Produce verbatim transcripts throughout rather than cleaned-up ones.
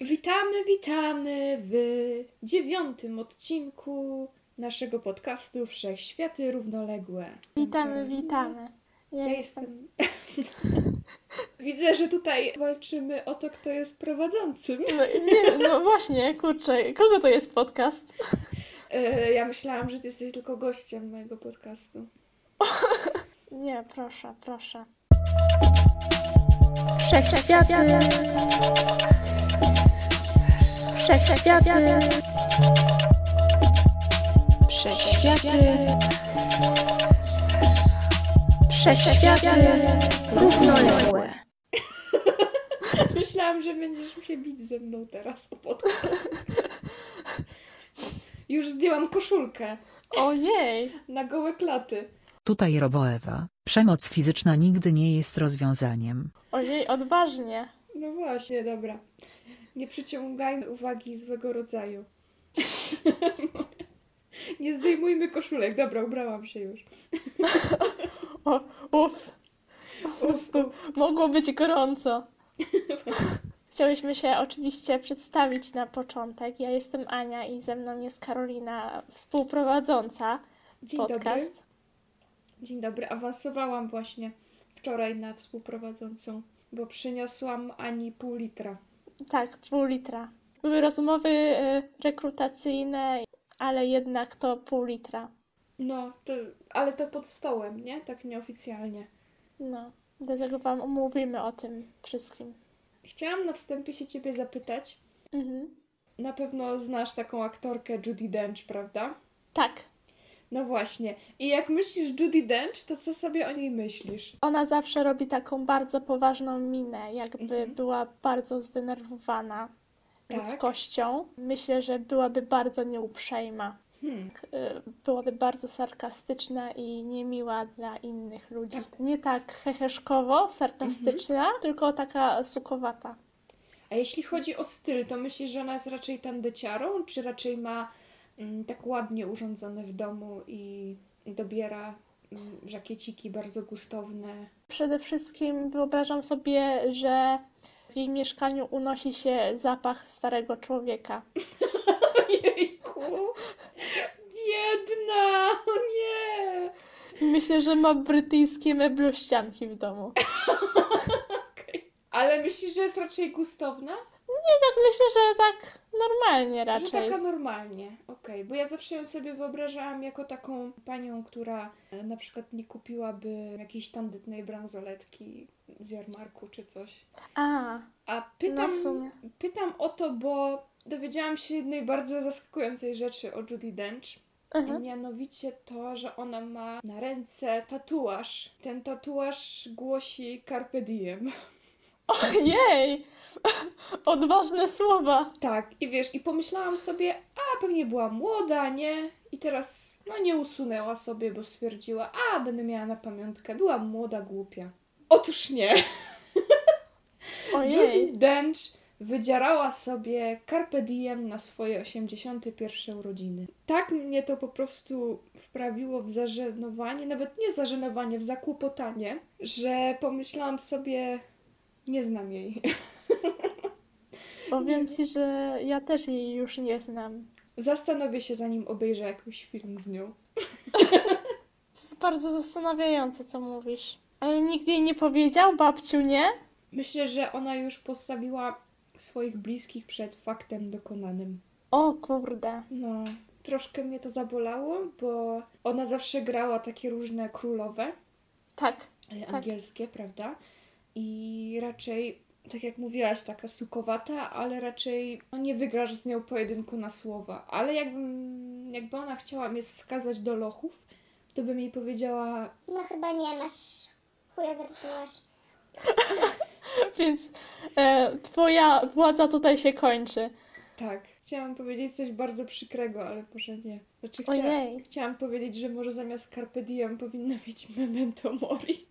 Witamy, witamy w dziewiątym odcinku naszego podcastu Wszechświaty Równoległe. Witamy, witamy. Ja, ja jestem... Widzę, że tutaj walczymy o to, kto jest prowadzącym. No, nie, no właśnie, kurczę, kogo to jest podcast? Ja myślałam, że ty jesteś tylko gościem mojego podcastu. Nie, proszę, proszę. Wszechświaty. Wszechświaty. Wszechświaty. Wszechświaty równoległe. Myślałam, że będziesz się bić ze mną teraz o podcast. Już zdjęłam koszulkę. Ojej! Na gołe klaty. Tutaj Roboewa, przemoc fizyczna nigdy nie jest rozwiązaniem. Ojej, odważnie. No właśnie, dobra. Nie przyciągajmy uwagi złego rodzaju. Nie zdejmujmy koszulek. Dobra, ubrałam się już. O, uf. Po prostu mogło być gorąco. Chciałyśmy się oczywiście przedstawić na początek. Ja jestem Ania i ze mną jest Karolina, współprowadząca Dzień podcast. dobry. Dzień dobry. Awansowałam właśnie wczoraj na współprowadzącą, bo przyniosłam Ani pół litra. Tak, pół litra. Były rozmowy y, rekrutacyjne, ale jednak to pół litra. No, to, ale to pod stołem, nie? Tak nieoficjalnie. No, dlatego wam omówimy o tym wszystkim. Chciałam na wstępie się ciebie zapytać. Mhm. Na pewno znasz taką aktorkę Judi Dench, prawda? Tak. No właśnie. I jak myślisz Judi Dench, to co sobie o niej myślisz? Ona zawsze robi taką bardzo poważną minę, jakby Mhm. była bardzo zdenerwowana Tak? ludzkością. Myślę, że byłaby bardzo nieuprzejma. Hmm. Y, Byłaby bardzo sarkastyczna i niemiła dla innych ludzi. Tak. Nie tak heheszkowo sarkastyczna, tylko taka sukowata. A jeśli chodzi o styl, to myślisz, że ona jest raczej tandeciarą, czy raczej ma mm, tak ładnie urządzone w domu i dobiera mm, żakieciki bardzo gustowne? Przede wszystkim wyobrażam sobie, że w jej mieszkaniu unosi się zapach starego człowieka. Ojejku! Biedna! O nie! I myślę, że ma brytyjskie meblościanki w domu. Okay. Ale myślisz, że jest raczej gustowna? Tak myślę, że tak normalnie Że raczej. taka normalnie, okej. Bo ja zawsze ją sobie wyobrażałam jako taką panią, która e, na przykład nie kupiłaby jakiejś tandetnej bransoletki z jarmarku czy coś. A, A pytam, no w sumie. pytam o to, bo dowiedziałam się jednej bardzo zaskakującej rzeczy o Judi Dench. Mhm. Mianowicie to, że ona ma na ręce tatuaż. Ten tatuaż głosi Carpe Diem. Ojej! Odważne słowa. Tak, i wiesz, i pomyślałam sobie, a pewnie była młoda, nie? I teraz, no nie usunęła sobie, bo stwierdziła, a będę miała na pamiątkę, byłam młoda, głupia. Otóż nie. Ojej. Judi Dench wydzierała sobie Carpe Diem na swoje osiemdziesiąte pierwsze urodziny. Tak mnie to po prostu wprawiło w zażenowanie, nawet nie zażenowanie, w zakłopotanie, że pomyślałam sobie, nie znam jej. Powiem ci, że ja też jej już nie znam. Zastanowię się, zanim obejrzę jakiś film z nią. To jest bardzo zastanawiające, co mówisz. Ale nikt jej nie powiedział, babciu, nie? Myślę, że ona już postawiła swoich bliskich przed faktem dokonanym. O kurde. No, troszkę mnie to zabolało, bo ona zawsze grała takie różne królowe, Tak. e, Tak. angielskie, prawda? I raczej, tak jak mówiłaś, taka sukowata, ale raczej no, nie wygrasz z nią pojedynku na słowa. Ale jakbym, jakby ona chciała mnie skazać do lochów, to bym jej powiedziała, No chyba nie masz chujowy tatuaż. Więc e, twoja władza tutaj się kończy. tak, chciałam powiedzieć coś bardzo przykrego, ale może nie. Znaczy chcia... Ojej. chciałam powiedzieć, że może zamiast Carpe Diem powinna mieć Memento Mori.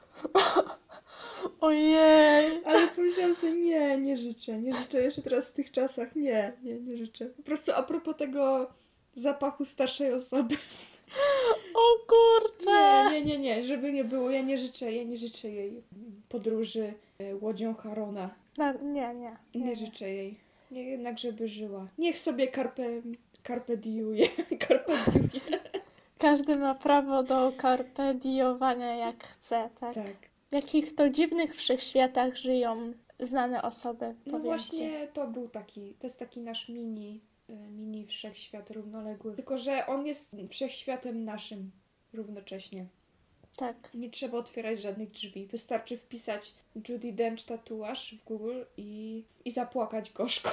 Ojej. Ale pomyślałam sobie, nie, nie życzę, nie życzę jeszcze teraz w tych czasach, nie, nie, nie życzę. Po prostu a propos tego zapachu starszej osoby. O kurczę. Nie, nie, nie, nie, żeby nie było, ja nie życzę, ja nie życzę jej podróży e, łodzią Harona. No, nie, nie, Nie nie. życzę jej. Nie, jednak żeby żyła. Niech sobie carpe, carpe diuje. Carpe diuje. Każdy ma prawo do carpe diowania jak chce, tak? Tak. W jakich to dziwnych wszechświatach żyją znane osoby, No powiem właśnie to był taki, to jest taki nasz mini, y, mini wszechświat równoległy. Tylko, że on jest wszechświatem naszym równocześnie. ci. Tak. Nie trzeba otwierać żadnych drzwi. Wystarczy wpisać Judi Dench tatuaż w Google i, i zapłakać gorzko.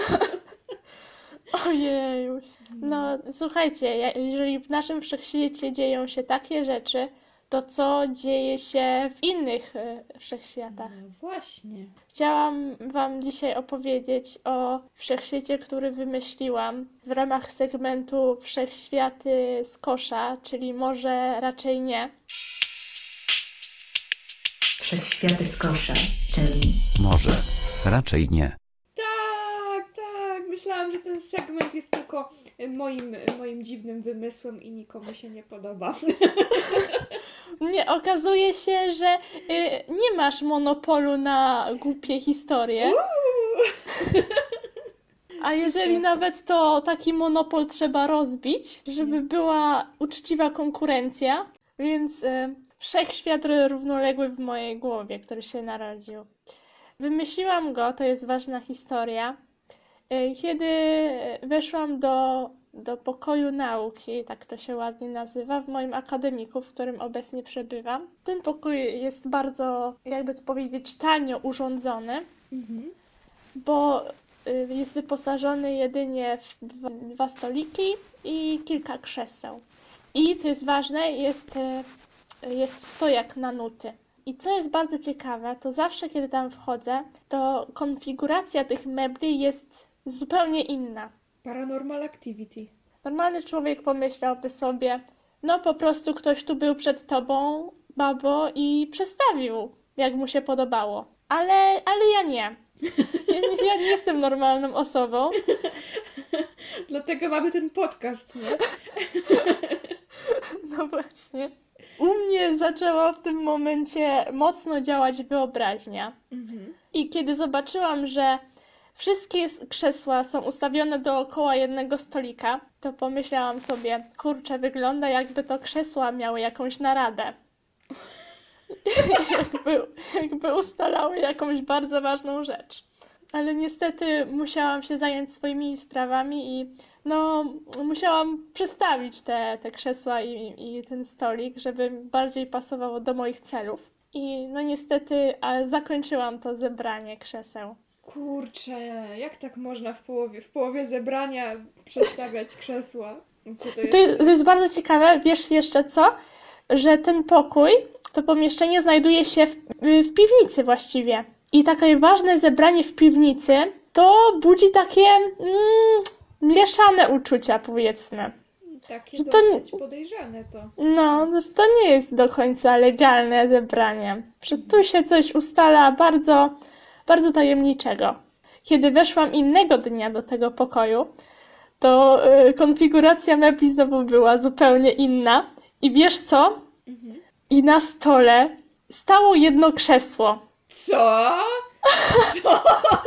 Ojejuś. No, słuchajcie, ja- jeżeli w naszym wszechświecie dzieją się takie rzeczy, to co dzieje się w innych e, wszechświatach? No właśnie. Chciałam Wam dzisiaj opowiedzieć o wszechświecie, który wymyśliłam w ramach segmentu Wszechświaty z kosza, czyli może raczej nie. Wszechświaty z kosza, czyli Może. Raczej nie. Tak, tak. Myślałam, że ten segment jest tylko y, moim, y, moim dziwnym wymysłem i nikomu się nie podoba. Nie, okazuje się, że y, nie masz monopolu na głupie historie. A jeżeli nawet to taki monopol trzeba rozbić, żeby była uczciwa konkurencja, więc y, wszechświat równoległy w mojej głowie, który się narodził. Wymyśliłam go, to jest ważna historia, y, kiedy weszłam do, do pokoju nauki, tak to się ładnie nazywa, w moim akademiku, w którym obecnie przebywam. Ten pokój jest bardzo, jakby to powiedzieć, tanio urządzony, Mhm. bo y, jest wyposażony jedynie w dwa, dwa stoliki i kilka krzeseł. I co jest ważne, jest, y, jest stojak na nuty. I co jest bardzo ciekawe, to zawsze kiedy tam wchodzę, to konfiguracja tych mebli jest zupełnie inna. Paranormal Activity. Normalny człowiek pomyślałby sobie, no po prostu ktoś tu był przed tobą, babo, i przestawił, jak mu się podobało. Ale, ale ja nie. Ja, nie- ja nie jestem normalną osobą. Dlatego mamy ten podcast, nie? No właśnie. U mnie zaczęła w tym momencie mocno działać wyobraźnia. Mhm. I kiedy zobaczyłam, że wszystkie s- krzesła są ustawione dookoła jednego stolika, to pomyślałam sobie, kurczę, wygląda jakby to krzesła miały jakąś naradę. jakby, jakby ustalały jakąś bardzo ważną rzecz. Ale niestety musiałam się zająć swoimi sprawami i no, musiałam przestawić te, te krzesła i, i ten stolik, żeby bardziej pasowało do moich celów. I no niestety ale zakończyłam to zebranie krzeseł. Kurczę, jak tak można w połowie, w połowie zebrania przestawiać krzesła? Co to I jest? to jest, to jest bardzo ciekawe, wiesz jeszcze co? Że ten pokój, to pomieszczenie znajduje się w, w piwnicy właściwie. I takie ważne zebranie w piwnicy to budzi takie mm, mieszane uczucia, powiedzmy. Takie że to nie- dosyć podejrzane to. No, że to nie jest do końca legalne zebranie. Że tu się coś ustala bardzo, bardzo tajemniczego. Kiedy weszłam innego dnia do tego pokoju, to y, konfiguracja mebli znowu była zupełnie inna. I wiesz co? I na stole stało jedno krzesło, Co? Co?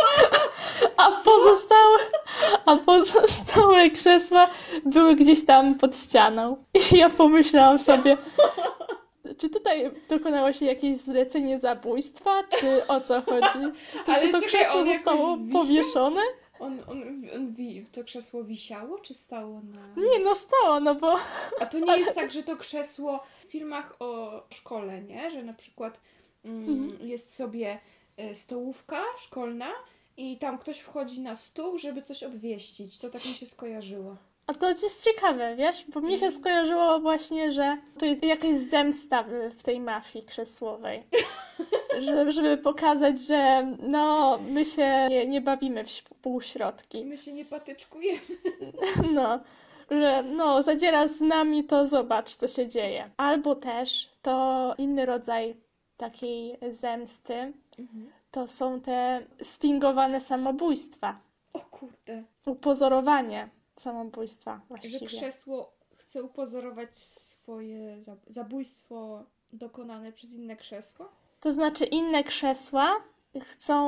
a pozostałe, a pozostałe krzesła były gdzieś tam pod ścianą. I ja pomyślałam sobie, czy tutaj dokonało się jakieś zlecenie zabójstwa, czy o co chodzi? Czy to, Ale czy to czekaj, krzesło on jakoś zostało wisiał? powieszone? On, on, on wi- to krzesło wisiało, czy stało na... Nie, no stało, no bo... A to nie jest tak, że to krzesło w filmach o szkole, nie? Że na przykład mm, jest sobie e, stołówka szkolna i tam ktoś wchodzi na stół, żeby coś obwieścić. To tak mi się skojarzyło. A to jest ciekawe, wiesz? Bo mnie się skojarzyło właśnie, że to jest jakaś zemsta w, w tej mafii krzesłowej. Że, żeby pokazać, że no, my się nie, nie bawimy w śp- półśrodki. My się nie patyczkujemy. No, że no, zadziera z nami, to zobacz, co się dzieje. Albo też to inny rodzaj takiej zemsty, to są te sfingowane samobójstwa. O kurde. Upozorowanie samobójstwa Że właściwie. krzesło chce upozorować swoje zab- zabójstwo dokonane przez inne krzesła? To znaczy inne krzesła chcą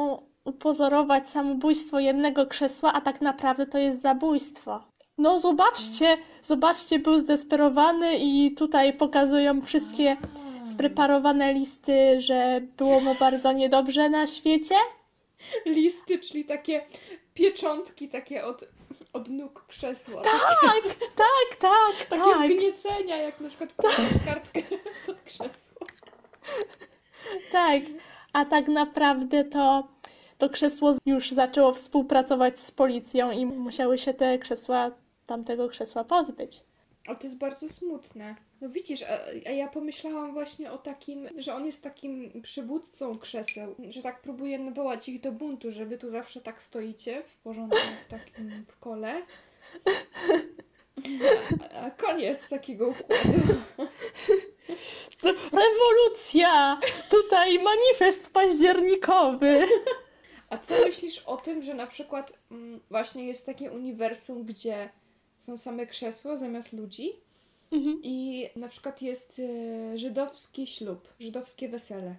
upozorować samobójstwo jednego krzesła, a tak naprawdę to jest zabójstwo. No zobaczcie, zobaczcie, był zdesperowany i tutaj pokazują wszystkie spreparowane listy, że było mu bardzo niedobrze na świecie. Listy, czyli takie pieczątki takie od, od nóg krzesła. Tak, takie, tak, tak, takie tak. wgniecenia, jak na przykład podać kartkę pod krzesło. Tak, a tak naprawdę to, to krzesło już zaczęło współpracować z policją i musiały się te krzesła, tamtego krzesła pozbyć. Ale to jest bardzo smutne. No widzisz, a, a ja pomyślałam właśnie o takim, że on jest takim przywódcą krzeseł, że tak próbuje nawołać ich do buntu, że wy tu zawsze tak stoicie w porządku, w takim w kole. A, a koniec takiego układu. Rewolucja! Tutaj manifest październikowy! A co myślisz o tym, że na przykład mm, właśnie jest takie uniwersum, gdzie są same krzesła zamiast ludzi Mhm. i na przykład jest e, żydowski ślub, żydowskie wesele.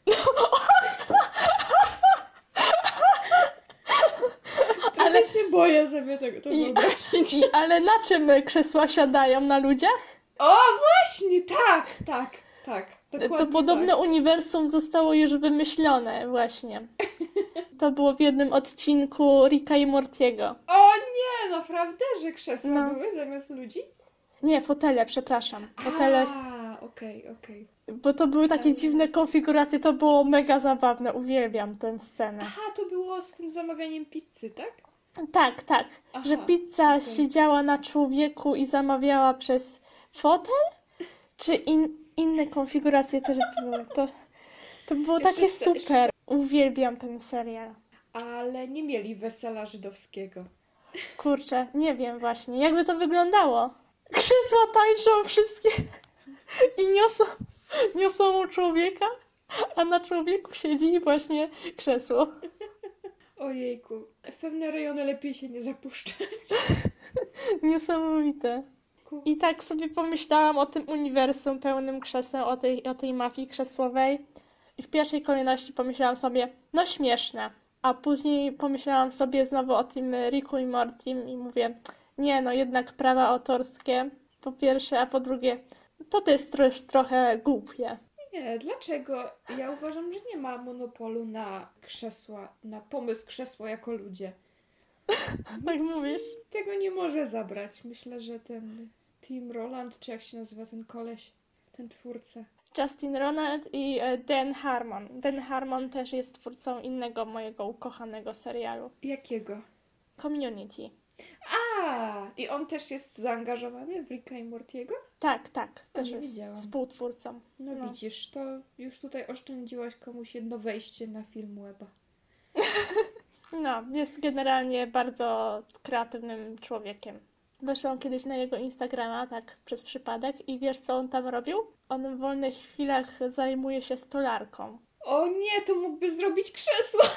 Ale się boję sobie tego to I, wyobrazić. i, ale na czym krzesła siadają? Na ludziach? O, właśnie, tak, tak, tak. Dokładnie To podobno tak. uniwersum zostało już wymyślone właśnie. To było w jednym odcinku Ricka i Mortiego. O nie, naprawdę, że krzesła No. były zamiast ludzi? Nie, fotele, przepraszam. Fotele, A, okej, okej. bo to były takie dziwne konfiguracje, to było mega zabawne. Uwielbiam tę scenę. Aha, to było z tym zamawianiem pizzy, tak? Tak, tak. Aha, Że pizza okej. siedziała na człowieku i zamawiała przez fotel? Czy in, inne konfiguracje też były? To, to było Jeszcze takie se- jeszcze- super. Uwielbiam ten serial. Ale nie mieli wesela żydowskiego. Kurczę, nie wiem właśnie, jakby to wyglądało. Krzesła tańczą wszystkie i niosą, niosą człowieka, a na człowieku siedzi właśnie krzesło. Ojejku, w pewne rejony lepiej się nie zapuszczać. Niesamowite. I tak sobie pomyślałam o tym uniwersum pełnym krzeseł, o tej, o tej mafii krzesłowej. I w pierwszej kolejności pomyślałam sobie, no śmieszne. A później pomyślałam sobie znowu o tym Ricku i Mortim i mówię, nie no, jednak prawa autorskie, po pierwsze, a po drugie, to to jest tro, trochę głupie. Nie, dlaczego? Ja uważam, że nie ma monopolu na krzesła, na pomysł krzesła jako ludzie. Tak mówisz? Tego nie może zabrać. Myślę, że ten Tim Roland, czy jak się nazywa ten koleś, ten twórca. Justin Ronald i e, Dan Harmon. Dan Harmon też jest twórcą innego mojego ukochanego serialu. Jakiego? Community. A, i on też jest zaangażowany w Ricka i Mortiego? Tak, tak. Też nie jest widziałam. współtwórcą. No, No. widzisz, to już tutaj oszczędziłaś komuś jedno wejście na film Weba. No, jest generalnie bardzo kreatywnym człowiekiem. Weszłam kiedyś na jego Instagrama, tak przez przypadek i wiesz, co on tam robił? On w wolnych chwilach zajmuje się stolarką. O nie, to mógłby zrobić krzesło!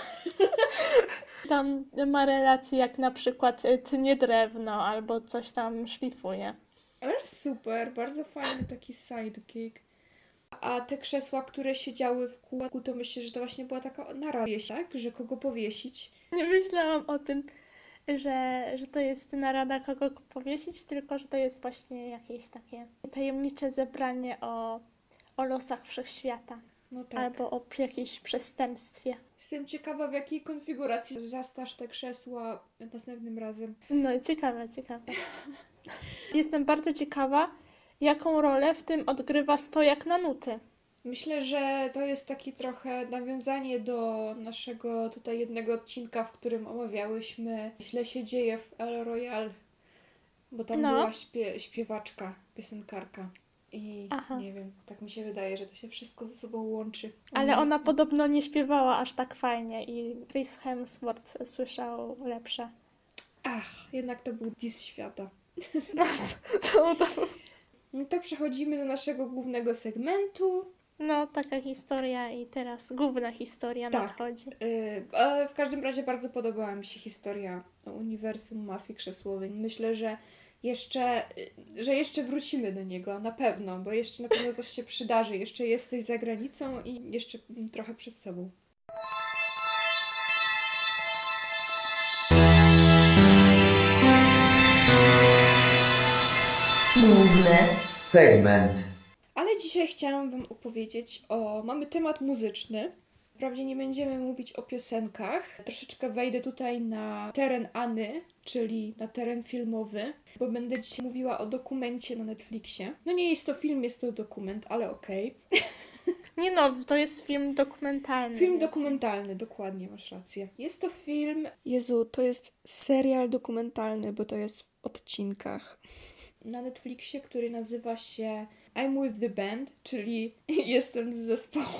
Tam ma relacje jak na przykład y, tnie drewno albo coś tam szlifuje. Ale super, bardzo fajny taki sidekick. A te krzesła, które siedziały w kółku, to myślę, że to właśnie była taka narada, tak? Że kogo powiesić. Nie myślałam o tym, że, że to jest narada, kogo powiesić, tylko że to jest właśnie jakieś takie tajemnicze zebranie o, o losach wszechświata. No tak. Albo o jakimś przestępstwie. Jestem ciekawa, w jakiej konfiguracji zastasz te krzesła następnym razem. No, ciekawe, ciekawe. Jestem bardzo ciekawa, jaką rolę w tym odgrywa stojak na nuty. Myślę, że to jest taki trochę nawiązanie do naszego tutaj jednego odcinka, w którym omawiałyśmy Źle się dzieje w El Royale, bo tam No. była śpie- śpiewaczka, piosenkarka. I Aha. nie wiem, tak mi się wydaje, że to się wszystko ze sobą łączy. Ale ona podobno nie śpiewała aż tak fajnie i Chris Hemsworth słyszał lepsze. Ach, jednak to był diss świata. To, to, No to przechodzimy do naszego głównego segmentu. no, taka historia i teraz główna historia Tak. nadchodzi. Yy, ale w każdym razie bardzo podobała mi się historia o uniwersum mafii krzesłowej. Myślę, że jeszcze, yy, że jeszcze wrócimy do niego, na pewno, bo jeszcze na pewno coś się przydarzy. Jeszcze jesteś za granicą i jeszcze mm, trochę przed sobą. Główny segment. Ale dzisiaj chciałam Wam opowiedzieć o... Mamy temat muzyczny. Wprawdzie nie będziemy mówić o piosenkach. Troszeczkę wejdę tutaj na teren Any, czyli na teren filmowy, bo będę dzisiaj mówiła o dokumencie na Netflixie. No nie jest to film, jest to dokument, ale okej. Okay. Nie no, to jest film dokumentalny. Film więc... dokumentalny, dokładnie, masz rację. Jest to film... Jezu, to jest serial dokumentalny, bo to jest w odcinkach. Na Netflixie, który nazywa się I'm with the band, czyli jestem z zespołem.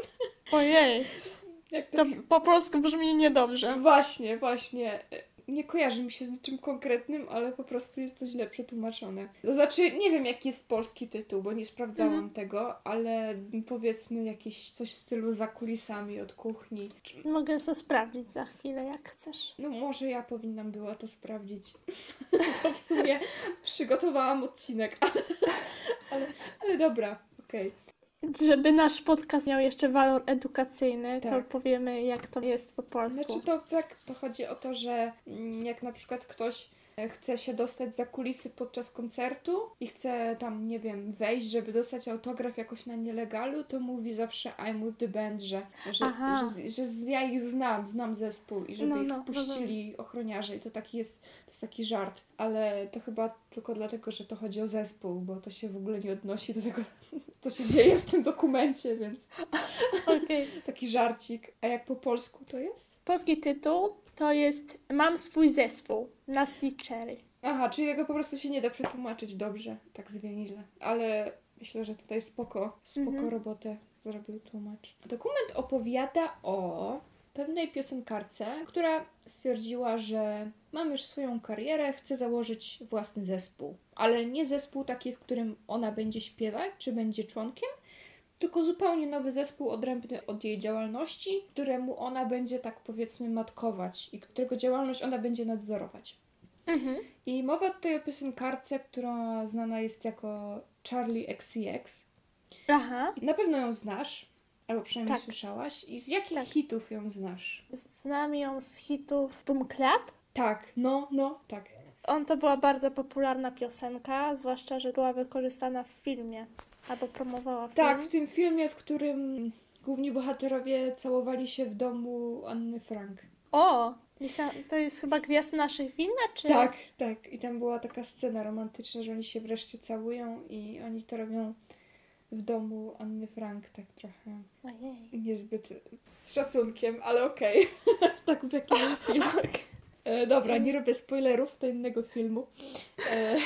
Ojej, Jak to po polsku brzmi niedobrze. Właśnie, właśnie. Nie kojarzy mi się z niczym konkretnym, ale po prostu jest to źle przetłumaczone. To znaczy, nie wiem jaki jest polski tytuł, bo nie sprawdzałam mhm. tego, ale powiedzmy jakieś coś w stylu za kulisami od kuchni. Mogę to sprawdzić za chwilę, jak chcesz. No może ja powinnam była to sprawdzić, bo w sumie przygotowałam odcinek, ale, ale, ale dobra, okej. Okay. Żeby nasz podcast miał jeszcze walor edukacyjny, tak. to powiemy, jak to jest po polsku. Znaczy to tak, to chodzi o to, że jak na przykład ktoś chce się dostać za kulisy podczas koncertu i chce tam, nie wiem, wejść, żeby dostać autograf jakoś na nielegalu, to mówi zawsze I'm with the band, że, że, że, że, że ja ich znam, znam zespół i żeby no, ich no, wpuścili no, no. ochroniarze i to taki jest, to jest taki żart, ale to chyba tylko dlatego, że to chodzi o zespół, bo to się w ogóle nie odnosi do tego, co się dzieje w tym dokumencie, więc okay. taki żarcik. A jak po polsku to jest? Polski tytuł to jest Mam swój zespół, Nasty Cherry. Aha, czyli jego po prostu się nie da przetłumaczyć dobrze, tak zwięźle. Ale myślę, że tutaj spoko, spoko mhm. robotę zrobił tłumacz. Dokument opowiada o pewnej piosenkarce, która stwierdziła, że mam już swoją karierę, chcę założyć własny zespół. Ale nie zespół taki, w którym ona będzie śpiewać, czy będzie członkiem, tylko zupełnie nowy zespół odrębny od jej działalności, któremu ona będzie tak powiedzmy matkować i którego działalność ona będzie nadzorować. Mhm. I mowa tutaj o piosenkarce, która znana jest jako Charli X C X. Aha. Na pewno ją znasz, albo przynajmniej tak. słyszałaś. I z jakich tak. hitów ją znasz? Znam ją z hitów Boom Clap. Tak, no, no, tak. On to była bardzo popularna piosenka, zwłaszcza, że była wykorzystana w filmie. Albo promowała film. Tak, w tym filmie, w którym główni bohaterowie całowali się w domu Anny Frank. O! To jest chyba Gwiazd naszych win, czy? Tak, tak. I tam była taka scena romantyczna, że oni się wreszcie całują i oni to robią w domu Anny Frank, tak trochę Ojej. niezbyt z szacunkiem, ale okej. Okay. Tak w jakim film. E, dobra, nie robię spoilerów do innego filmu. E...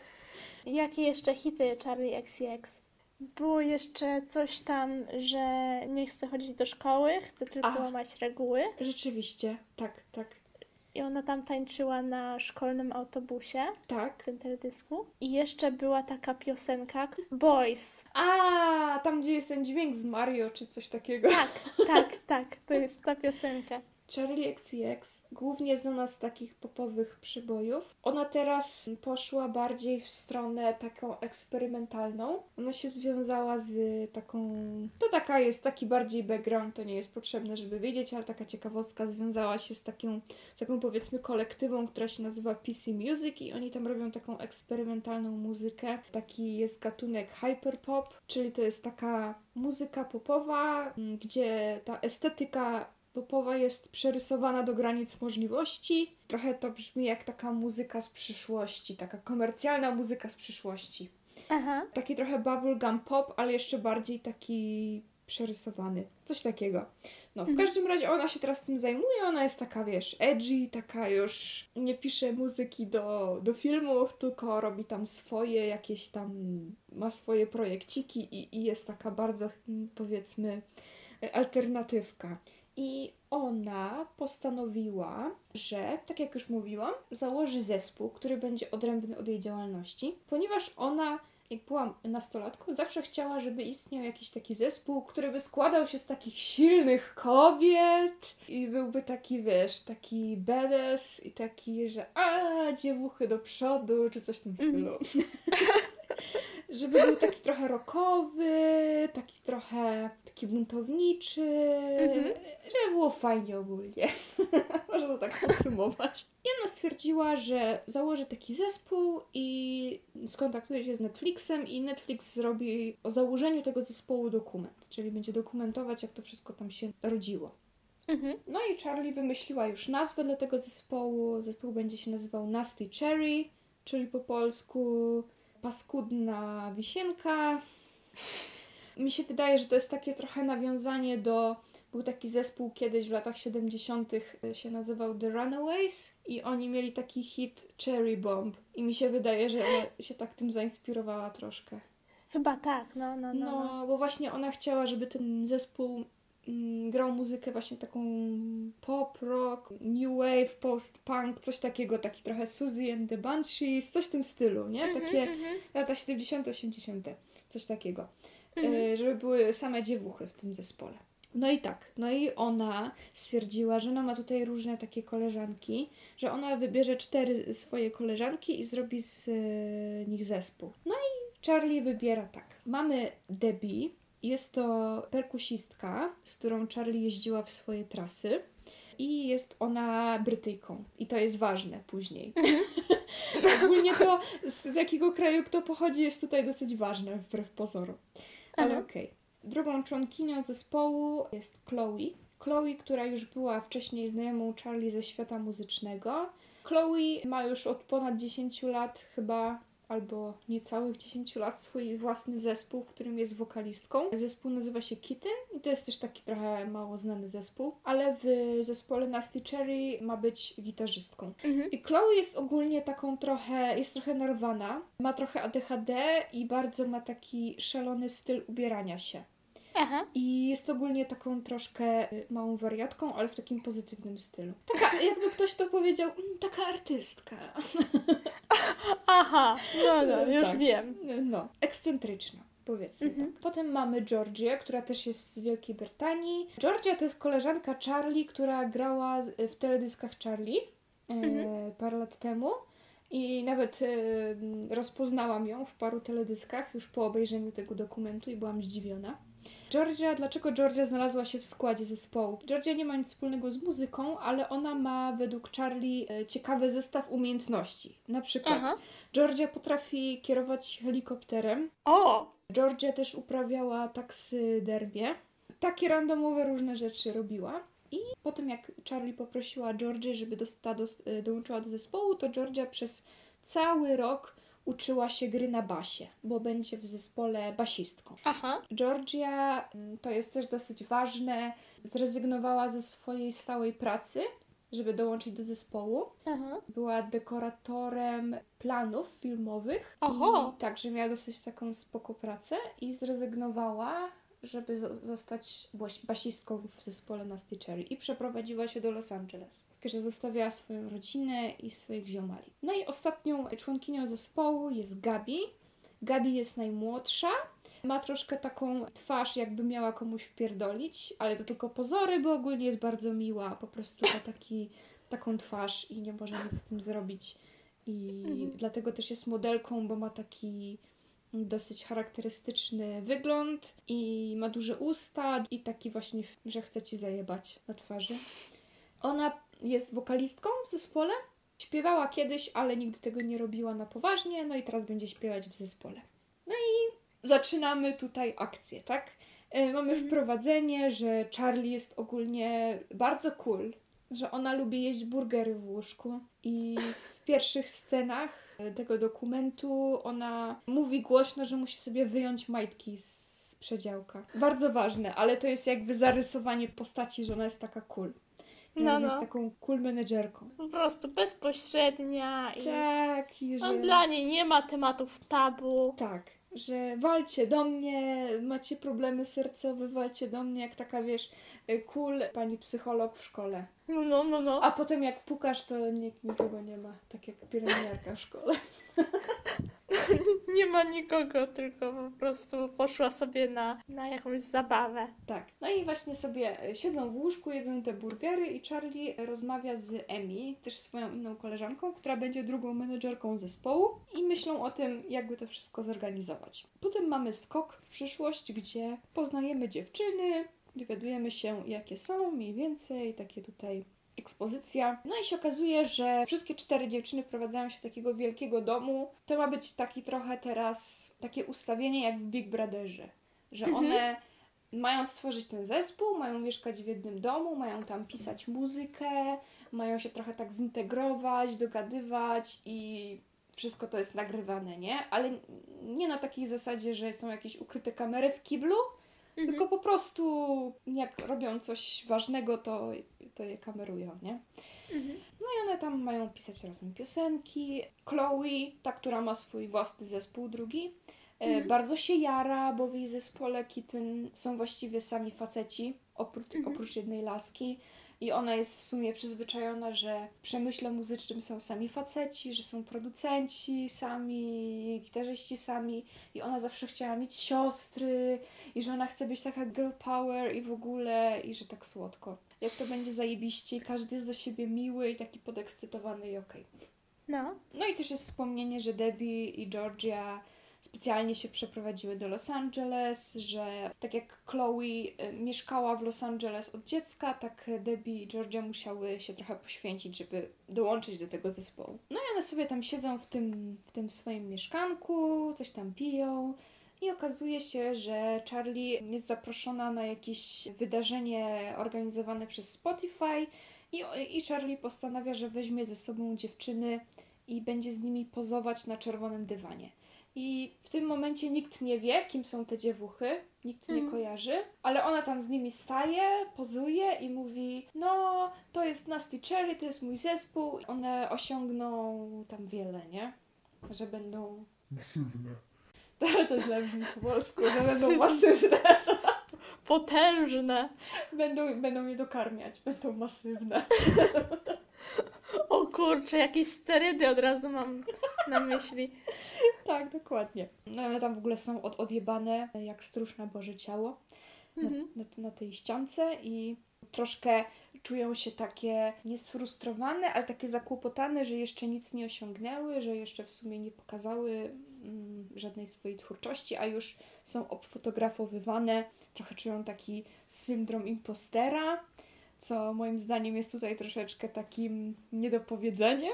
Jakie jeszcze hity Charli X C X? Było jeszcze coś tam, że nie chce chodzić do szkoły, chce tylko A, łamać reguły. Rzeczywiście, tak, tak. I ona tam tańczyła na szkolnym autobusie. Tak. W tym teledysku. I jeszcze była taka piosenka Boys. A, tam gdzie jest ten dźwięk z Mario, czy coś takiego. Tak, tak, tak. To jest ta piosenka. Charli X C X, głównie znana z takich popowych przybojów. Ona teraz poszła bardziej w stronę taką eksperymentalną. Ona się związała z taką... To taka jest, taki bardziej background, to nie jest potrzebne, żeby wiedzieć, ale taka ciekawostka związała się z taką, z taką powiedzmy kolektywą, która się nazywa P C Music i oni tam robią taką eksperymentalną muzykę. Taki jest gatunek hyperpop, czyli to jest taka muzyka popowa, gdzie ta estetyka popowa jest przerysowana do granic możliwości. Trochę to brzmi jak taka muzyka z przyszłości, taka komercjalna muzyka z przyszłości. Aha. Taki trochę bubblegum pop, ale jeszcze bardziej taki przerysowany. Coś takiego. No, w mhm. każdym razie ona się teraz tym zajmuje, ona jest taka, wiesz, edgy, taka już nie pisze muzyki do, do filmów, tylko robi tam swoje jakieś tam, ma swoje projekciki i, i jest taka bardzo, powiedzmy, alternatywka. I ona postanowiła, że, tak jak już mówiłam, założy zespół, który będzie odrębny od jej działalności, ponieważ ona, jak była nastolatką, zawsze chciała, żeby istniał jakiś taki zespół, który by składał się z takich silnych kobiet i byłby taki, wiesz, taki badass i taki, że a, dziewuchy do przodu, czy coś w tym stylu. Mm. Żeby był taki trochę rockowy, taki trochę taki buntowniczy, mm-hmm. żeby było fajnie ogólnie. Można to tak podsumować. I ona stwierdziła, stwierdziła, że założy taki zespół i skontaktuje się z Netflixem i Netflix zrobi o założeniu tego zespołu dokument, czyli będzie dokumentować, jak to wszystko tam się rodziło. Mhm. No i Charlie wymyśliła już nazwę dla tego zespołu. Zespół będzie się nazywał Nasty Cherry, czyli po polsku paskudna wisienka. Mi się wydaje, że to jest takie trochę nawiązanie do... Był taki zespół kiedyś w latach siedemdziesiątych się nazywał The Runaways i oni mieli taki hit Cherry Bomb i mi się wydaje, że ona się tak tym zainspirowała troszkę. Chyba tak, no, no, no. No, no. bo właśnie ona chciała, żeby ten zespół mm, grał muzykę właśnie taką pop, rock, new wave, post-punk, coś takiego, taki trochę Susie and the Banshees, coś w tym stylu, nie? Mhm, Takie mhm. lata siedemdziesiąte, osiemdziesiąte, coś takiego. Mhm. Y, żeby były same dziewuchy w tym zespole. No i tak, no i ona stwierdziła, że ona ma tutaj różne takie koleżanki, że ona wybierze cztery swoje koleżanki i zrobi z y, nich zespół. No i Charlie wybiera tak. Mamy Debbie, jest to perkusistka, z którą Charlie jeździła w swoje trasy i jest ona Brytyjką. I to jest ważne później. Ogólnie to z jakiego kraju kto pochodzi jest tutaj dosyć ważne, wbrew pozorom. Ale Aha. okej. Okay. Drugą członkinią zespołu jest Chloe. Chloe, która już była wcześniej znajomą Charlie ze świata muzycznego. Chloe ma już od ponad dziesięć lat chyba, albo niecałych dziesięć lat swój własny zespół, w którym jest wokalistką. Zespół nazywa się Kitten i to jest też taki trochę mało znany zespół, ale w zespole Nasty Cherry ma być gitarzystką. Mhm. I Chloe jest ogólnie taką trochę, jest trochę nerwowana, ma trochę A D H D i bardzo ma taki szalony styl ubierania się. Aha. I jest ogólnie taką troszkę y, małą wariatką, ale w takim pozytywnym stylu. Taka, jakby ktoś to powiedział, mm, taka artystka. Aha, no, no, już Tak. wiem. No, ekscentryczna, powiedzmy Mhm. tak. Potem mamy Georgię, która też jest z Wielkiej Brytanii. Georgia to jest koleżanka Charlie, która grała z- w teledyskach Charlie e, Mhm. parę lat temu. I nawet e, rozpoznałam ją w paru teledyskach już po obejrzeniu tego dokumentu i byłam zdziwiona. Georgia, dlaczego Georgia znalazła się w składzie zespołu? Georgia nie ma nic wspólnego z muzyką, ale ona ma według Charlie e, ciekawy zestaw umiejętności. Na przykład Aha. Georgia potrafi kierować helikopterem. O! Georgia też uprawiała taksydermię. Takie randomowe różne rzeczy robiła. I potem jak Charlie poprosiła Georgię, żeby dosta, do, dołączyła do zespołu, to Georgia przez cały rok uczyła się gry na basie, bo będzie w zespole basistką. Aha. Georgia, mm, to jest też dosyć ważne, zrezygnowała ze swojej stałej pracy, żeby dołączyć do zespołu. Aha. Była dekoratorem planów filmowych. Oho. I także miała dosyć taką spoko pracę i zrezygnowała, żeby zo- zostać bas- basistką w zespole Nasty Cherry i przeprowadziła się do Los Angeles. Także zostawiała swoją rodzinę i swoich ziomali. No i ostatnią członkinią zespołu jest Gabi. Gabi jest najmłodsza. Ma troszkę taką twarz, jakby miała komuś wpierdolić, ale to tylko pozory, bo ogólnie jest bardzo miła. Po prostu ma taki, taką twarz i nie może nic z tym zrobić. I Mhm. dlatego też jest modelką, bo ma taki dosyć charakterystyczny wygląd i ma duże usta i taki właśnie, że chce ci zajebać na twarzy. Ona jest wokalistką w zespole. Śpiewała kiedyś, ale nigdy tego nie robiła na poważnie, no i teraz będzie śpiewać w zespole. No i zaczynamy tutaj akcję, tak? E, mamy wprowadzenie, że Charlie jest ogólnie bardzo cool, że ona lubi jeść burgery w łóżku i w pierwszych scenach tego dokumentu ona mówi głośno, że musi sobie wyjąć majtki z przedziałka. Bardzo ważne, ale to jest jakby zarysowanie postaci, że ona jest taka cool. No, No, jest no. taką cool menedżerką. Po prostu bezpośrednia i Tak, i że... no, dla niej nie ma tematów tabu. Tak, że walcie do mnie, macie problemy sercowe, walcie do mnie, jak taka, wiesz, cool pani psycholog w szkole. No, no, no, no. A potem jak pukasz, to nikt nikogo nie ma, tak jak pielęgniarka w szkole. Nie ma nikogo, tylko po prostu poszła sobie na, na jakąś zabawę. Tak. No i właśnie sobie siedzą w łóżku, jedzą te burgery i Charlie rozmawia z Emi, też swoją inną koleżanką, która będzie drugą menedżerką zespołu i myślą o tym, jakby to wszystko zorganizować. Potem mamy skok w przyszłość, gdzie poznajemy dziewczyny, dowiadujemy się, jakie są mniej więcej, takie tutaj ekspozycja. No i się okazuje, że wszystkie cztery dziewczyny wprowadzają się do takiego wielkiego domu. To ma być taki trochę teraz takie ustawienie jak w Big Brotherze, że Mhm. one mają stworzyć ten zespół, mają mieszkać w jednym domu, mają tam pisać muzykę, mają się trochę tak zintegrować, dogadywać i wszystko to jest nagrywane, nie? Ale nie na takiej zasadzie, że są jakieś ukryte kamery w kiblu, Mhm. tylko po prostu jak robią coś ważnego, to, to je kamerują, nie? Mhm. No i one tam mają pisać razem piosenki. Chloe, ta, która ma swój własny zespół drugi, e, Mhm. bardzo się jara, bo w jej zespole Kitten są właściwie sami faceci, oprócz, Mhm. oprócz jednej laski. I ona jest w sumie przyzwyczajona, że w przemyśle muzycznym są sami faceci, że są producenci sami, gitarzyści sami. I ona zawsze chciała mieć siostry i że ona chce być taka girl power i w ogóle, i że tak słodko. Jak to będzie zajebiście i każdy jest do siebie miły i taki podekscytowany i okej. No. No i też jest wspomnienie, że Debbie i Georgia specjalnie się przeprowadziły do Los Angeles, że tak jak Chloe y, mieszkała w Los Angeles od dziecka, tak Debbie i Georgia musiały się trochę poświęcić, żeby dołączyć do tego zespołu. No i one sobie tam siedzą w tym, w tym swoim mieszkanku, coś tam piją i okazuje się, że Charlie jest zaproszona na jakieś wydarzenie organizowane przez Spotify i, i Charlie postanawia, że weźmie ze sobą dziewczyny i będzie z nimi pozować na czerwonym dywanie. I w tym momencie nikt nie wie, kim są te dziewuchy, nikt nie Mhm. kojarzy, ale ona tam z nimi staje, pozuje i mówi, no to jest Nasty Cherry, to jest mój zespół. One osiągną tam wiele, nie? Że będą... Masywne. Ale to źle brzmi po polsku, że będą masywne. Potężne. Będą, będą je dokarmiać, będą masywne. O kurczę, jakieś sterydy od razu mam na myśli. Tak, dokładnie. No one tam w ogóle są od, odjebane jak stróż na Boże Ciało na, Mhm. na, na tej ściance i troszkę czują się takie niesfrustrowane, ale takie zakłopotane, że jeszcze nic nie osiągnęły, że jeszcze w sumie nie pokazały mm, żadnej swojej twórczości, a już są obfotografowywane. Trochę czują taki syndrom impostera, co moim zdaniem jest tutaj troszeczkę takim niedopowiedzeniem.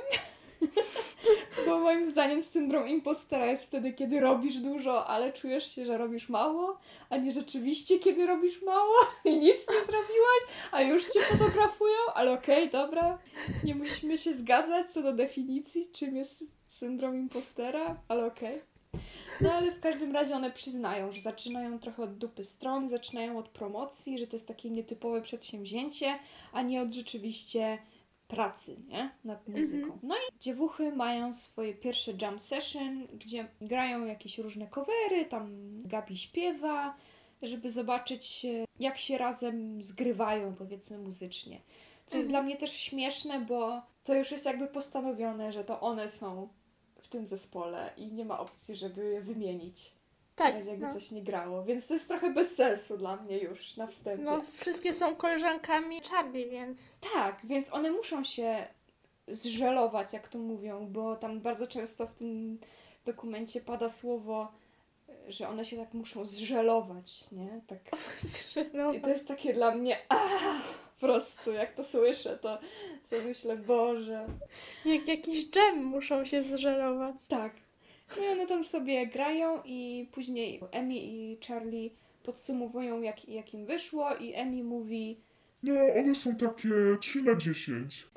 Bo moim zdaniem syndrom impostera jest wtedy, kiedy robisz dużo, ale czujesz się, że robisz mało, a nie rzeczywiście, kiedy robisz mało i nic nie zrobiłaś, a już cię fotografują, ale okej, dobra, nie musimy się zgadzać co do definicji, czym jest syndrom impostera, ale okej. No ale w każdym razie one przyznają, że zaczynają trochę od dupy strony, zaczynają od promocji, że to jest takie nietypowe przedsięwzięcie, a nie od rzeczywiście pracy, nie? Nad muzyką. Mhm. No i dziewuchy mają swoje pierwsze jam session, gdzie grają jakieś różne covery, tam Gabi śpiewa, żeby zobaczyć, e, jak się razem zgrywają, powiedzmy, muzycznie. Co jest Mhm. dla mnie też śmieszne, bo to już jest jakby postanowione, że to one są w tym zespole i nie ma opcji, żeby je wymienić. Tak, W razie jakby no. coś nie grało. Więc to jest trochę bez sensu dla mnie już na wstępie. No, wszystkie są koleżankami Charlie, więc... Tak, więc one muszą się zżelować, jak to mówią, bo tam bardzo często w tym dokumencie pada słowo, że one się tak muszą zżelować, nie? Tak. I to jest takie dla mnie aaa, po prostu, jak to słyszę, to sobie myślę, Boże. Jak jakiś dżem muszą się zżerować. Tak. No i one tam sobie grają i później Emi i Charlie podsumowują, jak, jak im wyszło i Emi mówi, No, one są takie trzy na dziesięć.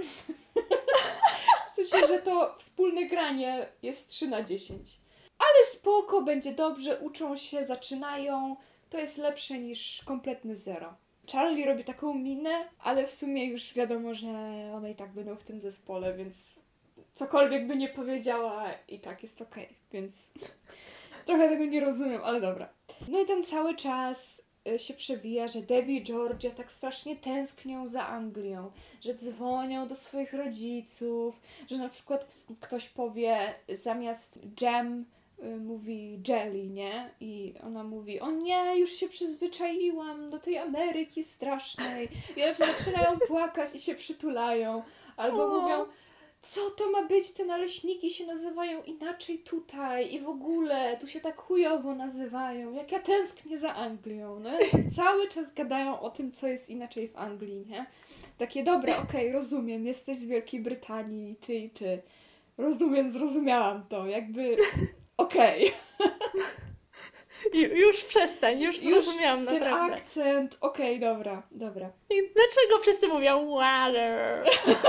w sensie, że to wspólne granie jest trzy na dziesięć. Ale spoko, będzie dobrze, uczą się, zaczynają. To jest lepsze niż kompletny zero. Charlie robi taką minę, ale w sumie już wiadomo, że one i tak będą w tym zespole, więc cokolwiek by nie powiedziała, i tak jest okej, więc trochę tego nie rozumiem, ale dobra. No i tam cały czas y, się przewija, że Debbie i Georgia tak strasznie tęsknią za Anglią, że dzwonią do swoich rodziców, że na przykład ktoś powie zamiast jam y, mówi jelly, nie? I ona mówi, o nie, już się przyzwyczaiłam do tej Ameryki strasznej. I one zaczynają płakać i się przytulają. Albo O. mówią, co to ma być, te naleśniki się nazywają inaczej tutaj i w ogóle, tu się tak chujowo nazywają, jak ja tęsknię za Anglią, no i tak cały czas gadają o tym, co jest inaczej w Anglii, nie? Takie, dobra, okej, rozumiem, jesteś z Wielkiej Brytanii, ty i ty. Rozumiem, zrozumiałam to, jakby okej. Ju- Już przestań, już Już zrozumiałam ten naprawdę. akcent, okej, dobra, dobra. I dlaczego wszyscy mówią water?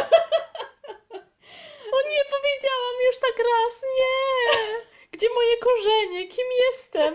O nie, powiedziałam już tak raz, nie! Gdzie moje korzenie? Kim jestem?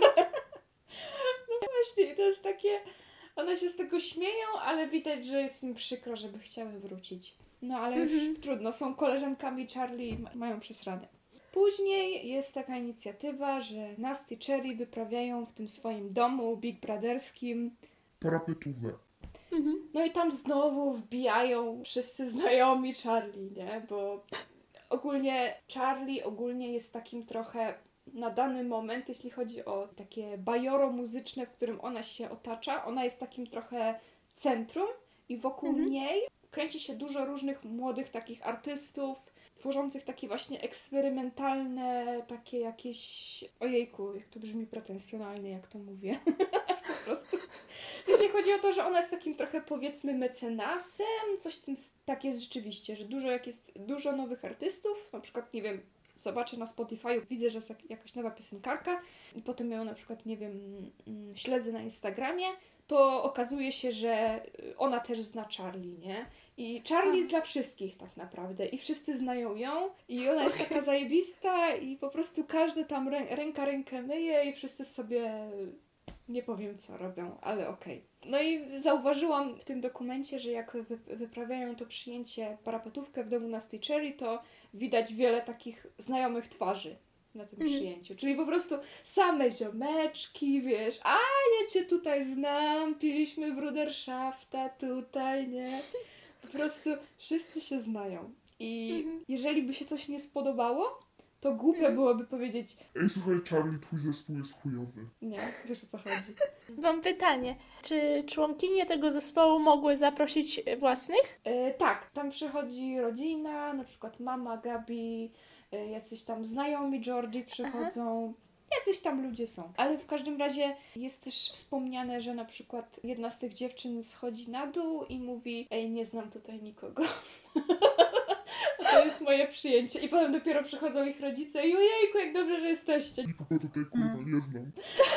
Właśnie, to jest takie, one się z tego śmieją, ale widać, że jest im przykro, żeby chciały wrócić. No ale już Mhm. trudno, są koleżankami Charlie i ma- mają przesradę. Później jest taka inicjatywa, że Nasty i Cherry wyprawiają w tym swoim domu Big Brotherskim. Parapetówę. No i tam znowu wbijają wszyscy znajomi Charlie, nie? Bo ogólnie Charlie ogólnie jest takim trochę na dany moment, jeśli chodzi o takie bajoro muzyczne, w którym ona się otacza, ona jest takim trochę centrum i wokół Mhm. niej kręci się dużo różnych młodych takich artystów, tworzących takie właśnie eksperymentalne, takie jakieś... Ojejku, jak to brzmi pretensjonalnie, jak to mówię. Po prostu. Jeśli chodzi o to, że ona jest takim trochę, powiedzmy, mecenasem, coś w tym s- tak jest rzeczywiście, że dużo, jak jest dużo nowych artystów, na przykład, nie wiem, zobaczę na Spotify'u, widzę, że jest jak- jakaś nowa piosenkarka i potem ją na przykład, nie wiem, mm, śledzę na Instagramie, to okazuje się, że ona też zna Charlie, nie? I Charlie jest dla wszystkich tak naprawdę i wszyscy znają ją i ona jest taka zajebista i po prostu każdy tam rę- ręka rękę myje i wszyscy sobie nie powiem co robią, ale okej. No i zauważyłam w tym dokumencie, że jak wy- wyprawiają to przyjęcie parapetówkę w domu Nasty i Cherry, to widać wiele takich znajomych twarzy na tym Mhm. przyjęciu. Czyli po prostu same ziomeczki, wiesz, a ja cię tutaj znam, piliśmy bruderszafta tutaj, nie? Po prostu wszyscy się znają. I Mhm. jeżeli by się coś nie spodobało, to głupio Mhm. byłoby powiedzieć, Ej, słuchaj, Charlie, twój zespół jest chujowy. nie, wiesz o co chodzi. Mam pytanie. Czy członkinie tego zespołu mogły zaprosić własnych? E, tak, tam przychodzi rodzina, na przykład mama, Gabi, e, jacyś tam znajomi Georgie przychodzą. Jacyś tam ludzie są. Ale w każdym razie jest też wspomniane, że na przykład jedna z tych dziewczyn schodzi na dół i mówi: ej, nie znam tutaj nikogo. To jest moje przyjęcie. I potem dopiero przychodzą ich rodzice i ojejku, jak dobrze, że jesteście. Nikogo tutaj, kurwa, nie znam.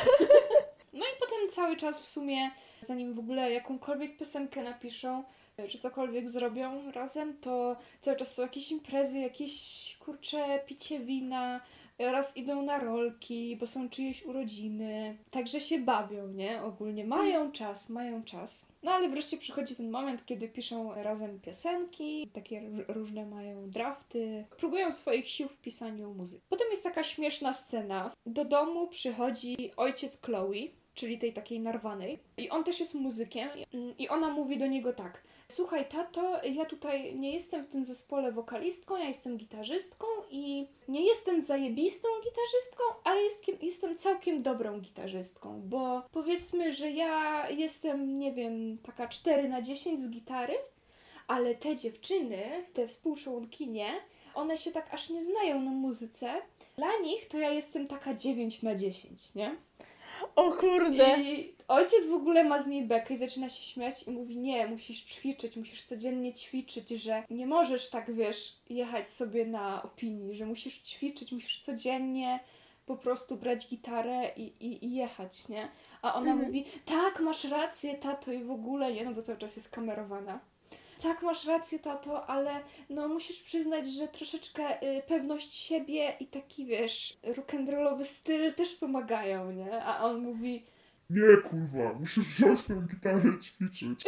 No i potem cały czas w sumie, zanim w ogóle jakąkolwiek piosenkę napiszą, czy cokolwiek zrobią razem, to cały czas są jakieś imprezy, jakieś, kurcze, picie wina, raz idą na rolki, bo są czyjeś urodziny. Także się bawią, nie? Ogólnie mają czas, mają czas. No ale wreszcie przychodzi ten moment, kiedy piszą razem piosenki, takie ró- różne mają drafty, próbują swoich sił w pisaniu muzyki. Potem jest taka śmieszna scena. Do domu przychodzi ojciec Chloe, czyli tej takiej narwanej. I on też jest muzykiem. I ona mówi do niego tak: słuchaj, tato, ja tutaj nie jestem w tym zespole wokalistką, ja jestem gitarzystką i nie jestem zajebistą gitarzystką, ale jest, jestem całkiem dobrą gitarzystką, bo powiedzmy, że ja jestem, nie wiem, taka cztery na dziesięć z gitary, ale te dziewczyny, te współczłonkinie, one się tak aż nie znają na muzyce. Dla nich to ja jestem taka dziewięć na dziesięć, nie? O kurde! I ojciec w ogóle ma z niej bekę i zaczyna się śmiać i mówi: nie, musisz ćwiczyć, musisz codziennie ćwiczyć, że nie możesz tak, wiesz, jechać sobie na opinii, że musisz ćwiczyć, musisz codziennie po prostu brać gitarę i, i, i jechać, nie? A ona Mhm. mówi: tak, masz rację, tato, i w ogóle, nie, no bo cały czas jest kamerowana. Tak, masz rację, tato, ale no musisz przyznać, że troszeczkę y, pewność siebie i taki, wiesz, rock'n'rollowy styl też pomagają, nie? A on mówi: Nie, kurwa, musisz wziąć tę gitarę i ćwiczyć.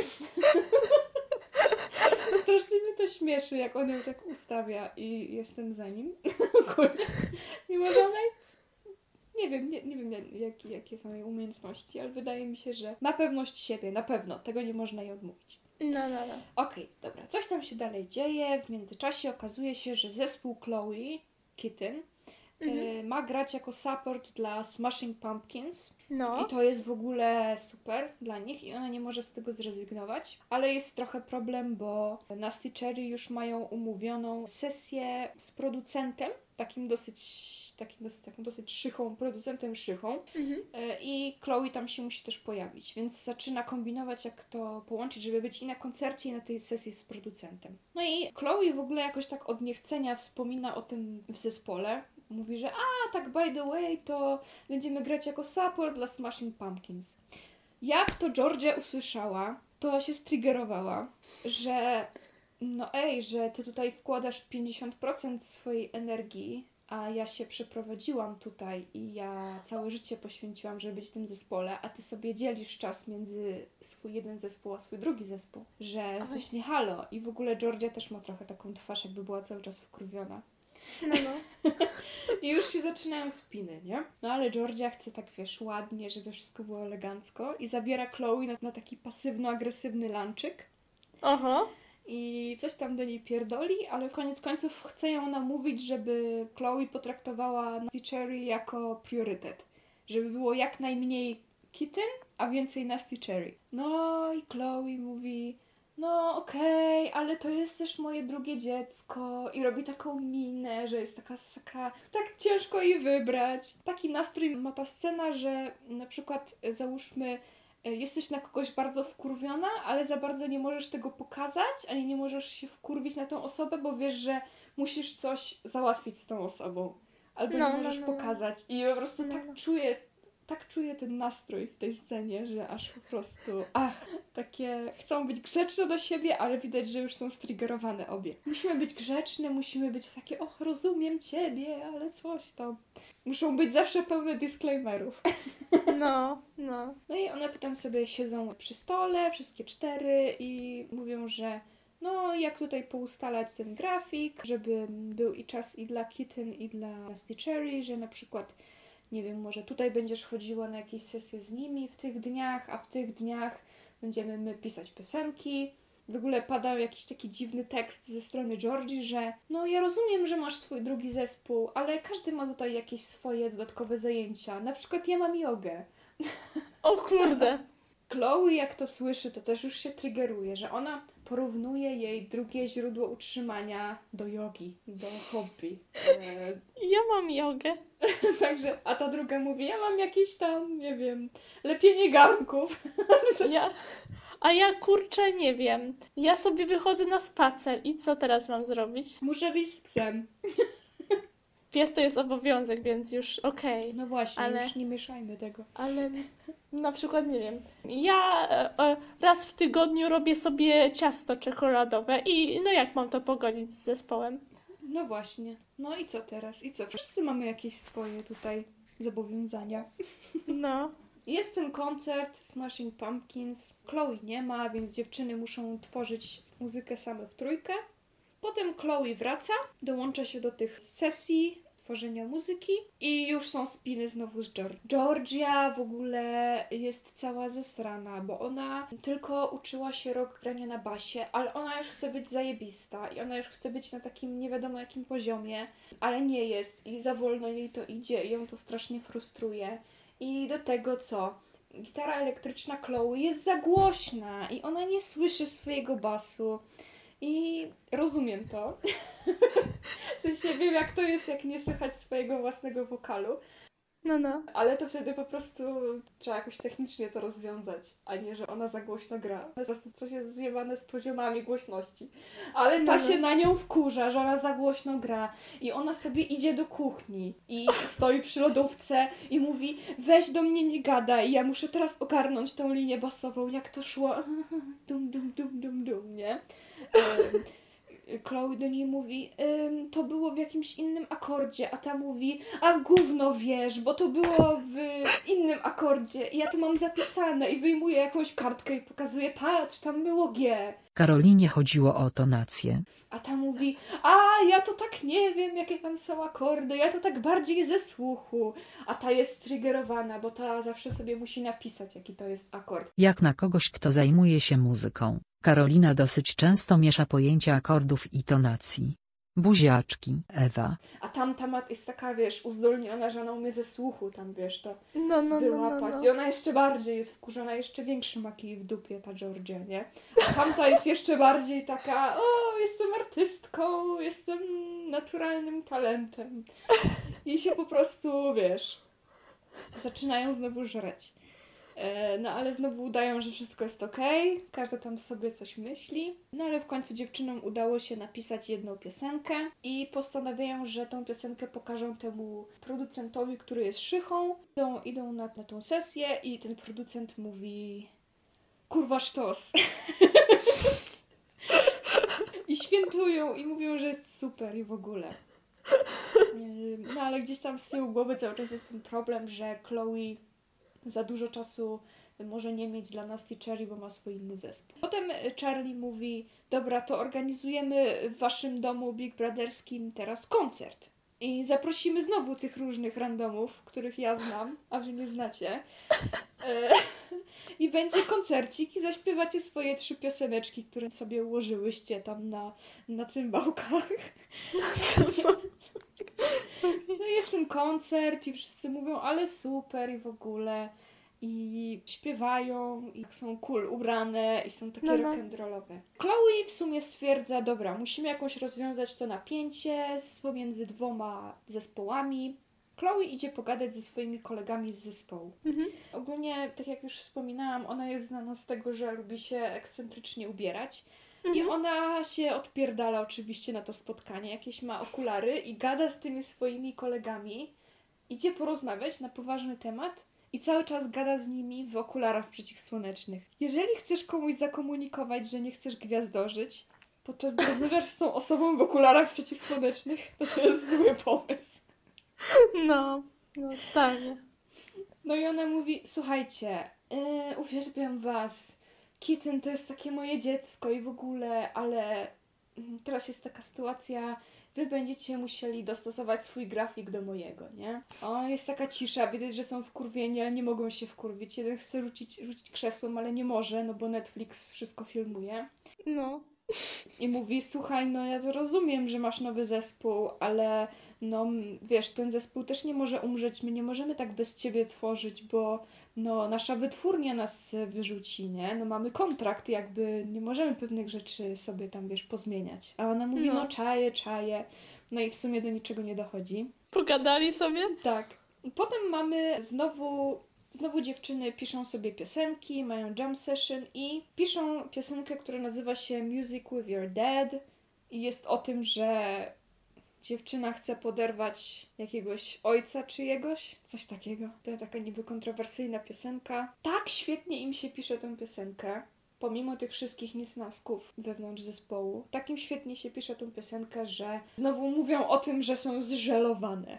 strasznie mnie to śmieszy, jak on ją tak ustawia i jestem za nim. Ogólnie. Mimo, że ona jest... Nie wiem, nie, nie wiem jak, jak, jakie są jej umiejętności, ale wydaje mi się, że ma pewność siebie, na pewno. Tego nie można jej odmówić. No, no, no. Okej, dobra, coś tam się dalej dzieje. W międzyczasie okazuje się, że zespół Chloe Kitten Mhm. y, ma grać jako support dla Smashing Pumpkins. No. I to jest w ogóle super dla nich i ona nie może z tego zrezygnować. Ale jest trochę problem, bo Nasty Cherry już mają umówioną sesję z producentem takim dosyć, takim dosyć, taką dosyć szychą, producentem szychą Mhm. i Chloe tam się musi też pojawić, więc zaczyna kombinować, jak to połączyć, żeby być i na koncercie, i na tej sesji z producentem. No i Chloe w ogóle jakoś tak od niechcenia wspomina o tym w zespole. Mówi, że a, tak by the way, to będziemy grać jako support dla Smashing Pumpkins. Jak to Georgia usłyszała, to się striggerowała, że no ej, że ty tutaj wkładasz pięćdziesiąt procent swojej energii, a ja się przeprowadziłam tutaj i ja całe życie poświęciłam, żeby być w tym zespole, a ty sobie dzielisz czas między swój jeden zespół a swój drugi zespół, że coś nie halo. I w ogóle Georgia też ma trochę taką twarz, jakby była cały czas wkurwiona. No, no. I już się zaczynają spiny, nie? No ale Georgia chce tak, wiesz, ładnie, żeby wszystko było elegancko i zabiera Chloe na, na taki pasywno-agresywny lunczyk. Aha. I coś tam do niej pierdoli, ale w koniec końców chce ją namówić, żeby Chloe potraktowała Nasty Cherry jako priorytet. Żeby było jak najmniej Kitten, a więcej Nasty Cherry. No i Chloe mówi, no okej, okay, ale to jest też moje drugie dziecko. I robi taką minę, że jest taka, taka, tak ciężko jej wybrać. Taki nastrój ma ta scena, że na przykład załóżmy, jesteś na kogoś bardzo wkurwiona, ale za bardzo nie możesz tego pokazać, ani nie możesz się wkurwić na tą osobę, bo wiesz, że musisz coś załatwić z tą osobą. Albo No, nie możesz no, no. pokazać. I po prostu No. tak czuję, tak czuję ten nastrój w tej scenie, że aż po prostu, ach, takie chcą być grzeczne do siebie, ale widać, że już są striggerowane obie. Musimy być grzeczne, musimy być takie, och, rozumiem ciebie, ale coś tam. Muszą być zawsze pełne disclaimerów. No, no. No i one potem sobie siedzą przy stole, wszystkie cztery i mówią, że no jak tutaj poustalać ten grafik, żeby był i czas i dla Kitten, i dla Nasty Cherry, że na przykład, nie wiem, może tutaj będziesz chodziła na jakieś sesje z nimi w tych dniach, a w tych dniach będziemy my pisać piosenki. W ogóle padał jakiś taki dziwny tekst ze strony Georgii, że no ja rozumiem, że masz swój drugi zespół, ale każdy ma tutaj jakieś swoje dodatkowe zajęcia. Na przykład ja mam jogę. O kurde. Chloe jak to słyszy, to też już się triggeruje, że ona porównuje jej drugie źródło utrzymania do jogi, do hobby. E, Ja mam jogę. Także, a ta druga mówi, ja mam jakieś tam, nie wiem, lepienie garnków. Ja... A ja kurczę nie wiem. Ja sobie wychodzę na spacer i co teraz mam zrobić? Muszę wyjść z psem. Pies to jest obowiązek, więc już okej. No właśnie, Ale- już nie mieszajmy tego. Ale na przykład nie wiem. Ja e, e, raz w tygodniu robię sobie ciasto czekoladowe i no jak mam to pogodzić z zespołem? No właśnie. No i co teraz? I co? Wszyscy mamy jakieś swoje tutaj zobowiązania. No. Jest ten koncert Smashing Pumpkins. Chloe nie ma, więc dziewczyny muszą tworzyć muzykę same w trójkę. Potem Chloe wraca, dołącza się do tych sesji tworzenia muzyki i już są spiny znowu z Georgia. Georgia w ogóle jest cała zesrana, bo ona tylko uczyła się rok grania na basie, ale ona już chce być zajebista i ona już chce być na takim nie wiadomo jakim poziomie, ale nie jest i za wolno jej to idzie i ją to strasznie frustruje. I do tego co? Gitara elektryczna Chloe jest za głośna i ona nie słyszy swojego basu. I rozumiem to. W sensie wiem jak to jest, jak nie słychać swojego własnego wokalu. No, no. Ale to wtedy po prostu trzeba jakoś technicznie to rozwiązać, a nie, że ona za głośno gra. To jest po prostu coś jest zjebane z poziomami głośności. Ale ta No, no. się na nią wkurza, że ona za głośno gra i ona sobie idzie do kuchni i stoi przy lodówce i mówi weź do mnie nie gadaj, ja muszę teraz ogarnąć tą linię basową, jak to szło. Dum, dum, dum, dum, dum, nie? Um, Chloe do niej mówi, ym, to było w jakimś innym akordzie, a ta mówi, a gówno wiesz, bo to było w innym akordzie i ja to mam zapisane i wyjmuje jakąś kartkę i pokazuje, patrz, tam było G. Karolinie chodziło o tonację. A ta mówi, a ja to tak nie wiem, jakie tam są akordy, ja to tak bardziej ze słuchu. A ta jest triggerowana, bo ta zawsze sobie musi napisać, jaki to jest akord. Jak na kogoś, kto zajmuje się muzyką, Karolina dosyć często miesza pojęcia akordów i tonacji. Buziaczki, Ewa. A tam ta jest taka, wiesz, uzdolniona, że ona umie ze słuchu tam, wiesz, to No, no, no, no, wyłapać. no. I ona jeszcze bardziej jest wkurzona, jeszcze większy ma kij w dupie, ta Georgia, nie? A tamta jest jeszcze bardziej taka, o, jestem artystką, jestem naturalnym talentem. I się po prostu, wiesz, zaczynają znowu żreć. No ale znowu udają, że wszystko jest okej, każda tam sobie coś myśli. No ale w końcu dziewczynom udało się napisać jedną piosenkę i postanawiają, że tą piosenkę pokażą temu producentowi, który jest szychą. Idą, idą na, na tą sesję i ten producent mówi: kurwa sztos. I świętują i mówią, że jest super i w ogóle. No ale gdzieś tam z tyłu głowy cały czas jest ten problem, że Chloe za dużo czasu może nie mieć dla Nasty Cherry, bo ma swój inny zespół. Potem Charlie mówi: dobra, to organizujemy w waszym domu Big Brotherskim teraz koncert. I zaprosimy znowu tych różnych randomów, których ja znam, a wy nie znacie. E, I będzie koncercik i zaśpiewacie swoje trzy pioseneczki, które sobie ułożyłyście tam na, na cymbałkach. No i jest ten koncert i wszyscy mówią, ale super i w ogóle. I śpiewają, i są cool ubrane, i są takie No, no. rock'n'rollowe. Chloe w sumie stwierdza, dobra, musimy jakoś rozwiązać to napięcie z pomiędzy dwoma zespołami. Chloe idzie pogadać ze swoimi kolegami z zespołu. Mhm. Ogólnie, tak jak już wspominałam, ona jest znana z tego, że lubi się ekscentrycznie ubierać. I Mhm. ona się odpierdala oczywiście na to spotkanie, jakieś ma okulary i gada z tymi swoimi kolegami. Idzie porozmawiać na poważny temat i cały czas gada z nimi w okularach przeciwsłonecznych. Jeżeli chcesz komuś zakomunikować, że nie chcesz gwiazdożyć, podczas gdy rozmawiasz z tą osobą w okularach przeciwsłonecznych, to to jest zły pomysł. No, no totalnie. No i ona mówi, słuchajcie, yy, uwielbiam was, Kitten to jest takie moje dziecko i w ogóle, ale mm, teraz jest taka sytuacja, wy będziecie musieli dostosować swój grafik do mojego, nie? O, jest taka cisza, widać, że są wkurwieni, ale nie mogą się wkurwić. Jeden chce rzucić, rzucić krzesłem, ale nie może, no bo Netflix wszystko filmuje. No. I mówi, słuchaj, no ja to rozumiem, że masz nowy zespół, ale no wiesz, ten zespół też nie może umrzeć, my nie możemy tak bez ciebie tworzyć, bo no nasza wytwórnia nas wyrzuci, nie? No mamy kontrakt, jakby nie możemy pewnych rzeczy sobie tam, wiesz, pozmieniać. A ona mówi, no, No. czaję, czaję. No i w sumie do niczego nie dochodzi. Pogadali sobie? Tak. Potem mamy znowu, znowu dziewczyny piszą sobie piosenki, mają jam session i piszą piosenkę, która nazywa się Music with Your Dad i jest o tym, że dziewczyna chce poderwać jakiegoś ojca czyjegoś, coś takiego. To taka niby kontrowersyjna piosenka. Tak świetnie im się pisze tę piosenkę, pomimo tych wszystkich niesnasków wewnątrz zespołu. Tak im świetnie się pisze tę piosenkę, że znowu mówią o tym, że są zżelowane.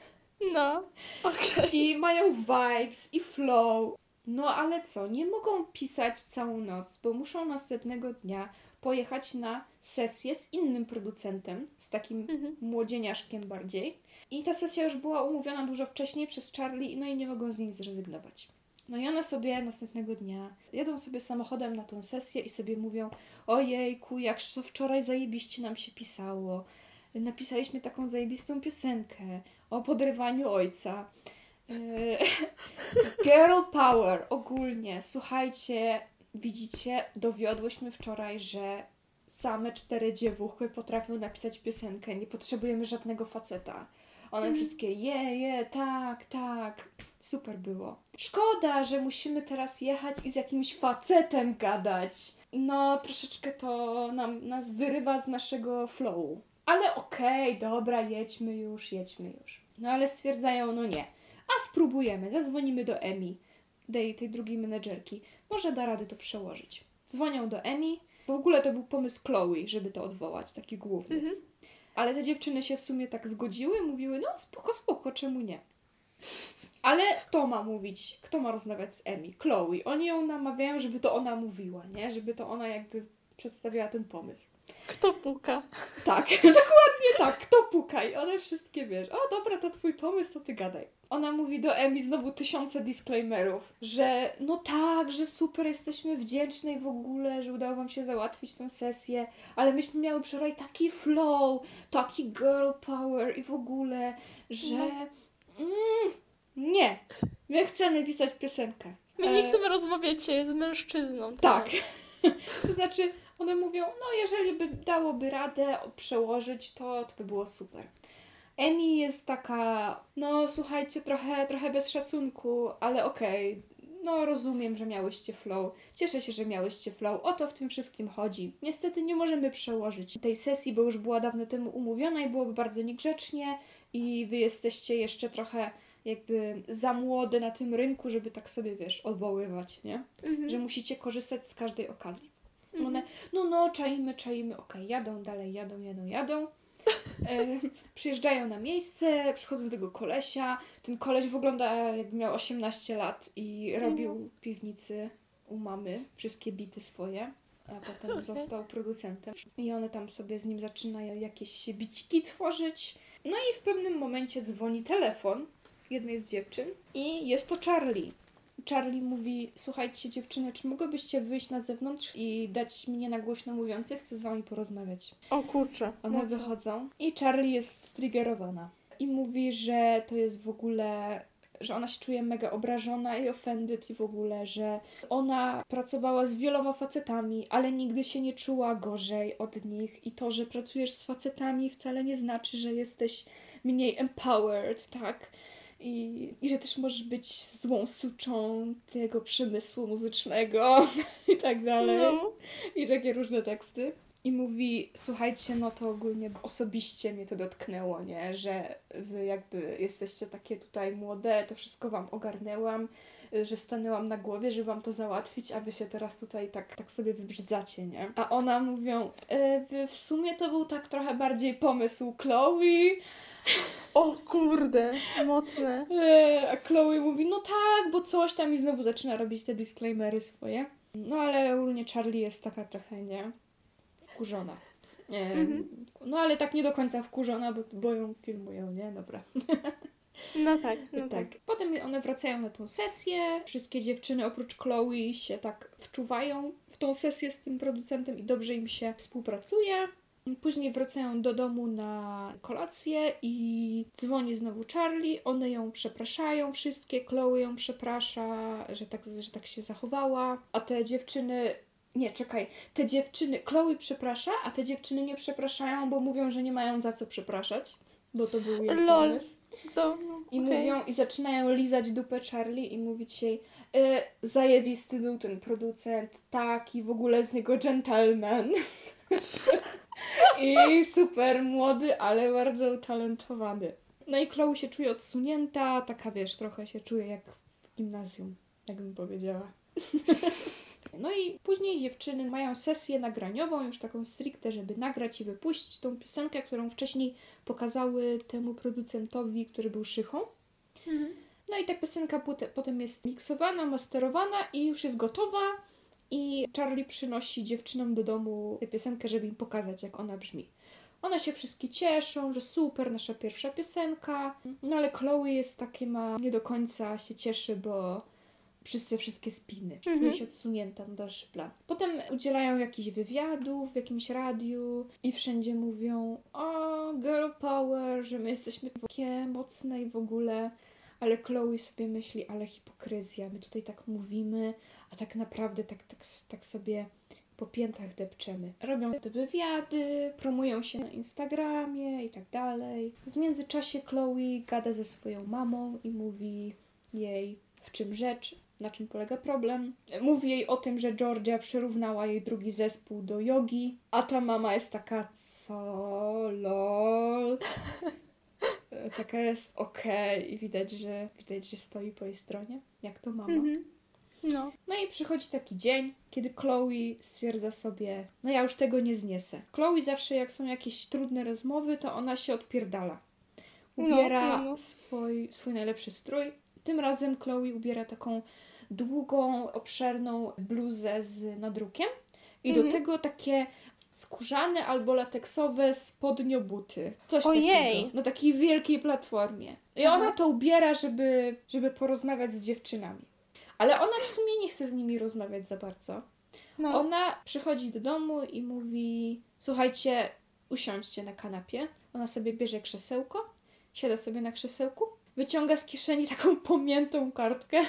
No, okej. I mają vibes i flow. No ale co, nie mogą pisać całą noc, bo muszą następnego dnia pojechać na sesję z innym producentem, z takim Mhm. młodzieniaszkiem bardziej. I ta sesja już była umówiona dużo wcześniej przez Charlie, no i nie mogą z niej zrezygnować. No i one sobie następnego dnia jadą sobie samochodem na tą sesję i sobie mówią: ojejku, jak to wczoraj zajebiście nam się pisało. Napisaliśmy taką zajebistą piosenkę o podrywaniu ojca. Yy, Girl power ogólnie. Słuchajcie, widzicie, dowiodłyśmy wczoraj, że same cztery dziewuchy potrafią napisać piosenkę. Nie potrzebujemy żadnego faceta. One wszystkie je, je, tak, tak. Super było. Szkoda, że musimy teraz jechać i z jakimś facetem gadać. No, troszeczkę to nam, nas wyrywa z naszego flowu. Ale okej, okay, dobra, jedźmy już, jedźmy już. No ale stwierdzają, no nie. A spróbujemy, zadzwonimy do Emi, tej, tej drugiej menedżerki. Może da radę to przełożyć. Dzwonią do Emi. W ogóle to był pomysł Chloe, żeby to odwołać, taki główny. Mhm. Ale te dziewczyny się w sumie tak zgodziły, mówiły, no spoko, spoko, czemu nie? Ale kto ma mówić, kto ma rozmawiać z Emi? Chloe. Oni ją namawiają, żeby to ona mówiła, nie? Żeby to ona jakby przedstawiała ten pomysł. Kto puka? Tak, dokładnie tak, kto puka i one wszystkie, wiesz, o dobra, to twój pomysł, to ty gadaj. Ona mówi do Emi znowu tysiące disclaimerów, że no tak, że super, jesteśmy wdzięczne i w ogóle, że udało wam się załatwić tę sesję, ale myśmy miały wczoraj taki flow, taki girl power i w ogóle, że No. mm, nie, my chcemy pisać piosenkę. My nie E, chcemy rozmawiać z mężczyzną. Tak. To znaczy, one mówią, no jeżeli by dałoby radę przełożyć to, to by było super. Emi jest taka, no słuchajcie, trochę, trochę bez szacunku, ale okej, no rozumiem, że miałyście flow. Cieszę się, że miałyście flow. O to w tym wszystkim chodzi. Niestety nie możemy przełożyć tej sesji, bo już była dawno temu umówiona i byłoby bardzo niegrzecznie i wy jesteście jeszcze trochę jakby za młode na tym rynku, żeby tak sobie, wiesz, odwoływać, nie? Mhm. Że musicie korzystać z każdej okazji. Mhm. One, no, no, czaimy, czaimy, okej, jadą dalej, jadą, jadą, jadą. E, przyjeżdżają na miejsce, przychodzą do tego kolesia. Ten koleś wygląda jakby miał osiemnaście lat i robił w piwnicy u mamy wszystkie bity swoje, a potem Okay. został producentem. I one tam sobie z nim zaczynają jakieś biciki tworzyć. No i w pewnym momencie dzwoni telefon jednej z dziewczyn i jest to Charlie. Charlie mówi, słuchajcie dziewczyny, czy mogłybyście wyjść na zewnątrz i dać mnie na głośno mówiący? Chcę z wami porozmawiać. O kurczę. One no co? wychodzą i Charlie jest striggerowana. I mówi, że to jest w ogóle, że ona się czuje mega obrażona i offended i w ogóle, że ona pracowała z wieloma facetami, ale nigdy się nie czuła gorzej od nich i to, że pracujesz z facetami wcale nie znaczy, że jesteś mniej empowered, tak? I, I że też możesz być złą suczą tego przemysłu muzycznego i tak dalej. No. I takie różne teksty. I mówi, słuchajcie, no to ogólnie osobiście mnie to dotknęło, nie? Że wy jakby jesteście takie tutaj młode, to wszystko wam ogarnęłam, że stanęłam na głowie, żeby wam to załatwić, a wy się teraz tutaj tak, tak sobie wybrzydzacie, nie? A ona mówią, e, wy w sumie to był tak trochę bardziej pomysł Chloe. O kurde, mocne. E, a Chloe mówi, no tak, bo coś tam i znowu zaczyna robić te disclaimery swoje. No ale ogólnie Charlie jest taka trochę, nie? Wkurzona. Nie, Mhm. No ale tak nie do końca wkurzona, bo, bo ją filmują, nie? Dobra. No tak, no tak. tak. Potem one wracają na tą sesję. Wszystkie dziewczyny oprócz Chloe się tak wczuwają w tą sesję z tym producentem i dobrze im się współpracuje. Później wracają do domu na kolację i dzwoni znowu Charlie. One ją przepraszają wszystkie. Chloe ją przeprasza, że tak, że tak się zachowała. A te dziewczyny... Nie, czekaj. Te dziewczyny... Chloe przeprasza, a te dziewczyny nie przepraszają, bo mówią, że nie mają za co przepraszać. Bo to był jej Lol. pomysł. To, no, I okej. mówią, i zaczynają lizać dupę Charlie i mówić jej, e, zajebisty był ten producent, taki w ogóle z niego gentleman. I super młody, ale bardzo utalentowany. No i Chloe się czuje odsunięta, taka wiesz, trochę się czuje jak w gimnazjum, jakbym powiedziała. No i później dziewczyny mają sesję nagraniową, już taką stricte, żeby nagrać i wypuścić tą piosenkę, którą wcześniej pokazały temu producentowi, który był szychą. Mhm. No i ta piosenka pote- potem jest miksowana, masterowana i już jest gotowa. I Charlie przynosi dziewczynom do domu tę piosenkę, żeby im pokazać, jak ona brzmi. One się wszystkie cieszą, że super, nasza pierwsza piosenka. No ale Chloe jest takie, ma nie do końca się cieszy, bo wszyscy wszystkie spiny. Czuje Mhm. się odsunięta na dalszy plan. Potem udzielają jakichś wywiadów w jakimś radiu i wszędzie mówią, o, girl power, że my jesteśmy takie mocne i w ogóle. Ale Chloe sobie myśli, ale hipokryzja, my tutaj tak mówimy, a tak naprawdę tak, tak, tak sobie po piętach depczemy. Robią te wywiady, promują się na Instagramie i tak dalej. W międzyczasie Chloe gada ze swoją mamą i mówi jej, w czym rzecz, na czym polega problem. Mówi jej o tym, że Georgia przyrównała jej drugi zespół do jogi, a ta mama jest taka, co, lol. Taka jest okej okay. I widać, że widać, że stoi po jej stronie, jak to mama. Mhm. No. No i przychodzi taki dzień, kiedy Chloe stwierdza sobie, no ja już tego nie zniesę. Chloe zawsze jak są jakieś trudne rozmowy, to ona się odpierdala. Ubiera No, no, no. Swój, swój najlepszy strój. Tym razem Chloe ubiera taką długą, obszerną bluzę z nadrukiem, i Mhm. do tego takie skórzane albo lateksowe spodnio-buty. Coś Ojej. takiego. Na takiej wielkiej platformie. I Aha. ona to ubiera, żeby, żeby porozmawiać z dziewczynami. Ale ona w sumie nie chce z nimi rozmawiać za bardzo. No. Ona przychodzi do domu i mówi: słuchajcie, usiądźcie na kanapie. Ona sobie bierze krzesełko, siada sobie na krzesełku, wyciąga z kieszeni taką pomiętą kartkę,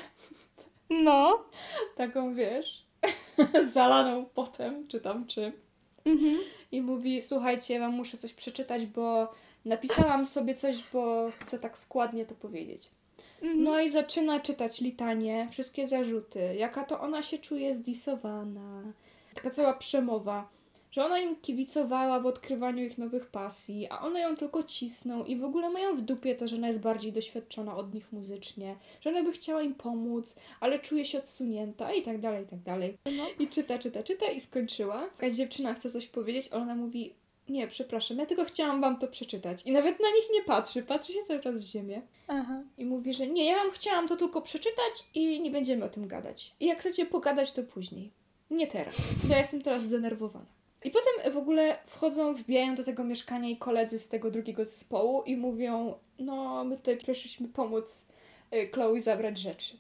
No. taką wiesz, zalaną potem, czy tam czym. Mhm. I mówi: słuchajcie, ja wam muszę coś przeczytać, bo napisałam sobie coś, bo chcę tak składnie to powiedzieć. Mhm. No i zaczyna czytać litanie, wszystkie zarzuty, jaka to ona się czuje zdisowana. Taka cała przemowa, że ona im kibicowała w odkrywaniu ich nowych pasji, a one ją tylko cisną i w ogóle mają w dupie to, że ona jest bardziej doświadczona od nich muzycznie, że ona by chciała im pomóc, ale czuje się odsunięta i tak dalej, i tak dalej. I czyta, czyta, czyta i skończyła. Jakaś dziewczyna chce coś powiedzieć, a ona mówi: nie, przepraszam, ja tylko chciałam wam to przeczytać. I nawet na nich nie patrzy, patrzy się cały czas w ziemię. Aha. I mówi, że nie, ja wam chciałam to tylko przeczytać i nie będziemy o tym gadać. I jak chcecie pogadać, to później. Nie teraz, bo ja jestem teraz zdenerwowana. I potem w ogóle wchodzą, wbijają do tego mieszkania i koledzy z tego drugiego zespołu i mówią: no, my tutaj przyszliśmy pomóc y, Chloe zabrać rzeczy.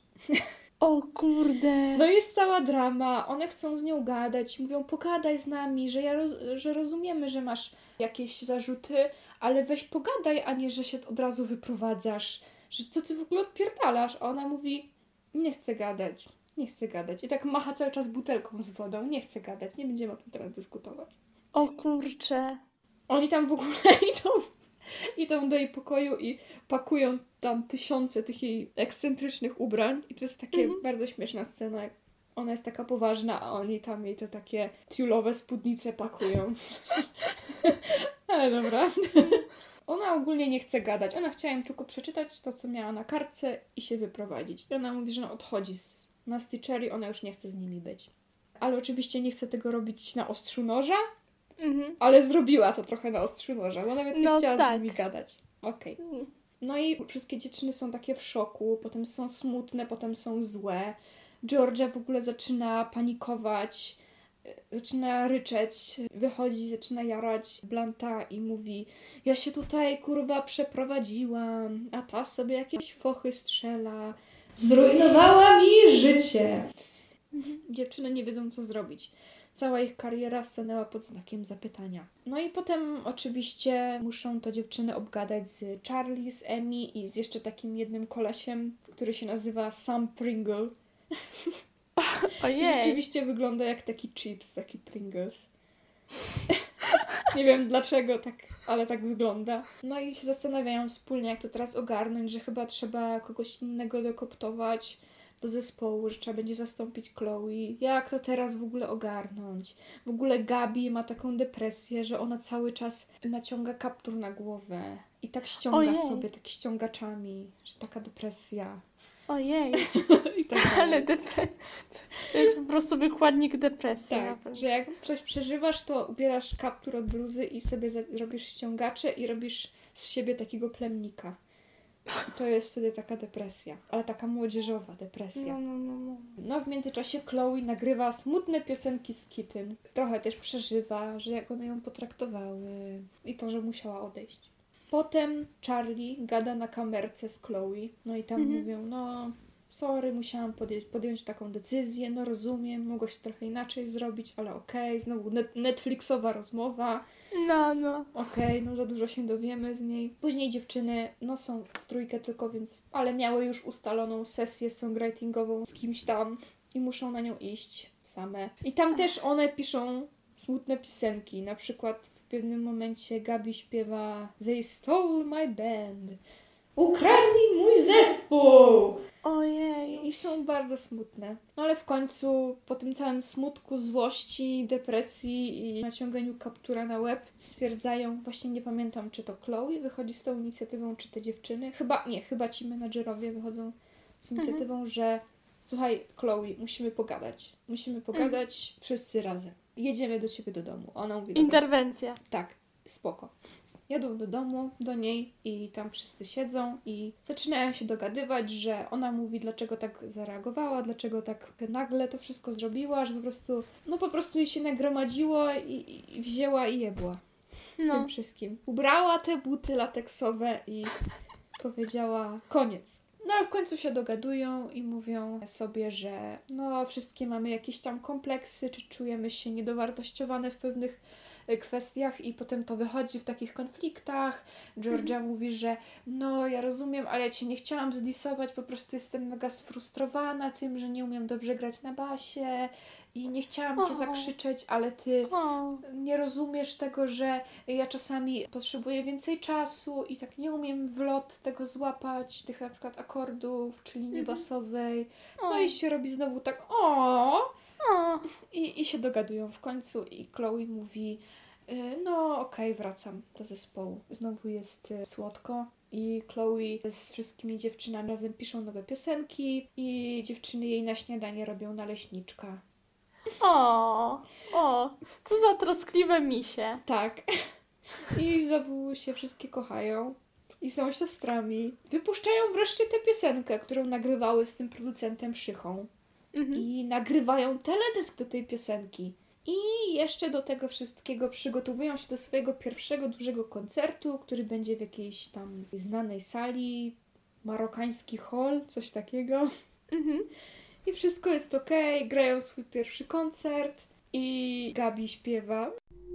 O kurde. No i jest cała drama, one chcą z nią gadać, mówią: pogadaj z nami, że, ja roz, że rozumiemy, że masz jakieś zarzuty, ale weź pogadaj, a nie, że się od razu wyprowadzasz, że co ty w ogóle odpierdalasz? A ona mówi: nie chcę gadać, nie chcę gadać. I tak macha cały czas butelką z wodą: nie chcę gadać, nie będziemy o tym teraz dyskutować. O kurcze. Oni tam w ogóle idą, idą do jej pokoju i pakują tam tysiące tych jej ekscentrycznych ubrań i to jest takie Mhm. bardzo śmieszna scena, jak ona jest taka poważna, a oni tam jej te takie tiulowe spódnice pakują. Ale dobra. Ona ogólnie nie chce gadać. Ona chciała im tylko przeczytać to, co miała na kartce i się wyprowadzić. I ona mówi, że ona odchodzi z Nasty Cherry, ona już nie chce z nimi być. Ale oczywiście nie chce tego robić na ostrzu noża, Mhm. ale zrobiła to trochę na ostrzu noża, bo nawet nie No chciała tak. z nimi gadać. Okej. No i wszystkie dziewczyny są takie w szoku, potem są smutne, potem są złe. Georgia w ogóle zaczyna panikować, y, zaczyna ryczeć, wychodzi, zaczyna jarać Blanta i mówi: ja się tutaj, kurwa, przeprowadziłam, a ta sobie jakieś fochy strzela. Zrujnowała mi życie. Dziewczyny nie wiedzą, co zrobić. Cała ich kariera stanęła pod znakiem zapytania. No i potem oczywiście muszą to dziewczyny obgadać z Charlie, z Emmy i z jeszcze takim jednym kolesiem, który się nazywa Sam Pringle. Ojej. Rzeczywiście wygląda jak taki chips, taki Pringles. Nie wiem dlaczego tak, ale tak wygląda. No i się zastanawiają wspólnie, jak to teraz ogarnąć, że chyba trzeba kogoś innego dokoptować do zespołu, że trzeba będzie zastąpić Chloe. Jak to teraz w ogóle ogarnąć? W ogóle Gabi ma taką depresję, że ona cały czas naciąga kaptur na głowę i tak ściąga Ojej. sobie tak ściągaczami, że taka depresja. Ojej. I tak dalej. Ale depre... To jest po prostu wykładnik depresji. Tak, naprawdę. że jak coś przeżywasz, to ubierasz kaptur od bluzy i sobie za- robisz ściągacze i robisz z siebie takiego plemnika. I to jest wtedy taka depresja, ale taka młodzieżowa depresja. No, no, no, no. No w międzyczasie Chloe nagrywa smutne piosenki z Kitten. Trochę też przeżywa, że jak one ją potraktowały i to, że musiała odejść. Potem Charlie gada na kamerce z Chloe, no i tam Mhm. mówią: no sorry, musiałam podjąć, podjąć taką decyzję, no rozumiem, mogło się trochę inaczej zrobić, ale okej, znowu net- Netflixowa rozmowa, No, no. okej, no za dużo się dowiemy z niej. Później dziewczyny, no są w trójkę tylko, więc, ale miały już ustaloną sesję songwritingową z kimś tam i muszą na nią iść same. I tam też one piszą smutne piosenki, na przykład w pewnym momencie Gabi śpiewa: They stole my band. Ukradli mój zespół! Ojej. I są bardzo smutne. No ale w końcu, po tym całym smutku, złości, depresji i naciąganiu kaptura na łeb, stwierdzają, właśnie nie pamiętam, czy to Chloe wychodzi z tą inicjatywą, czy te dziewczyny. Chyba, nie, chyba ci menadżerowie wychodzą z inicjatywą, Mhm. że słuchaj, Chloe, musimy pogadać. Musimy pogadać Mhm. wszyscy razem. Jedziemy do ciebie do domu. Ona mówi: dobra, Interwencja. tak, spoko. jadą do domu, do niej i tam wszyscy siedzą i zaczynają się dogadywać, że ona mówi, dlaczego tak zareagowała, dlaczego tak nagle to wszystko zrobiła, że po prostu, no po prostu jej się nagromadziło i, i wzięła i jebła. No. Tym wszystkim. Ubrała te buty lateksowe i powiedziała koniec. No ale w końcu się dogadują i mówią sobie, że no wszystkie mamy jakieś tam kompleksy, czy czujemy się niedowartościowane w pewnych kwestiach i potem to wychodzi w takich konfliktach. Georgia mhm. mówi, że no ja rozumiem, ale ja cię nie chciałam zdisować, po prostu jestem mega sfrustrowana tym, że nie umiem dobrze grać na basie i nie chciałam cię zakrzyczeć, ale ty nie rozumiesz tego, że ja czasami potrzebuję więcej czasu i tak nie umiem w lot tego złapać, tych na przykład akordów czy linii mhm. basowej. No i się robi znowu tak o I, i się dogadują w końcu i Chloe mówi no okej, okay, wracam do zespołu. Znowu jest słodko i Chloe z wszystkimi dziewczynami razem piszą nowe piosenki i dziewczyny jej na śniadanie robią naleśniczka. O, o, co za troskliwe misie. Tak. I znowu się wszystkie kochają i są siostrami. Wypuszczają wreszcie tę piosenkę, którą nagrywały z tym producentem Szychą. Mhm. I nagrywają teledysk do tej piosenki. I jeszcze do tego wszystkiego przygotowują się do swojego pierwszego dużego koncertu, który będzie w jakiejś tam znanej sali, marokański hall, coś takiego. Mhm. I wszystko jest okej, okay, grają swój pierwszy koncert i Gabi śpiewa.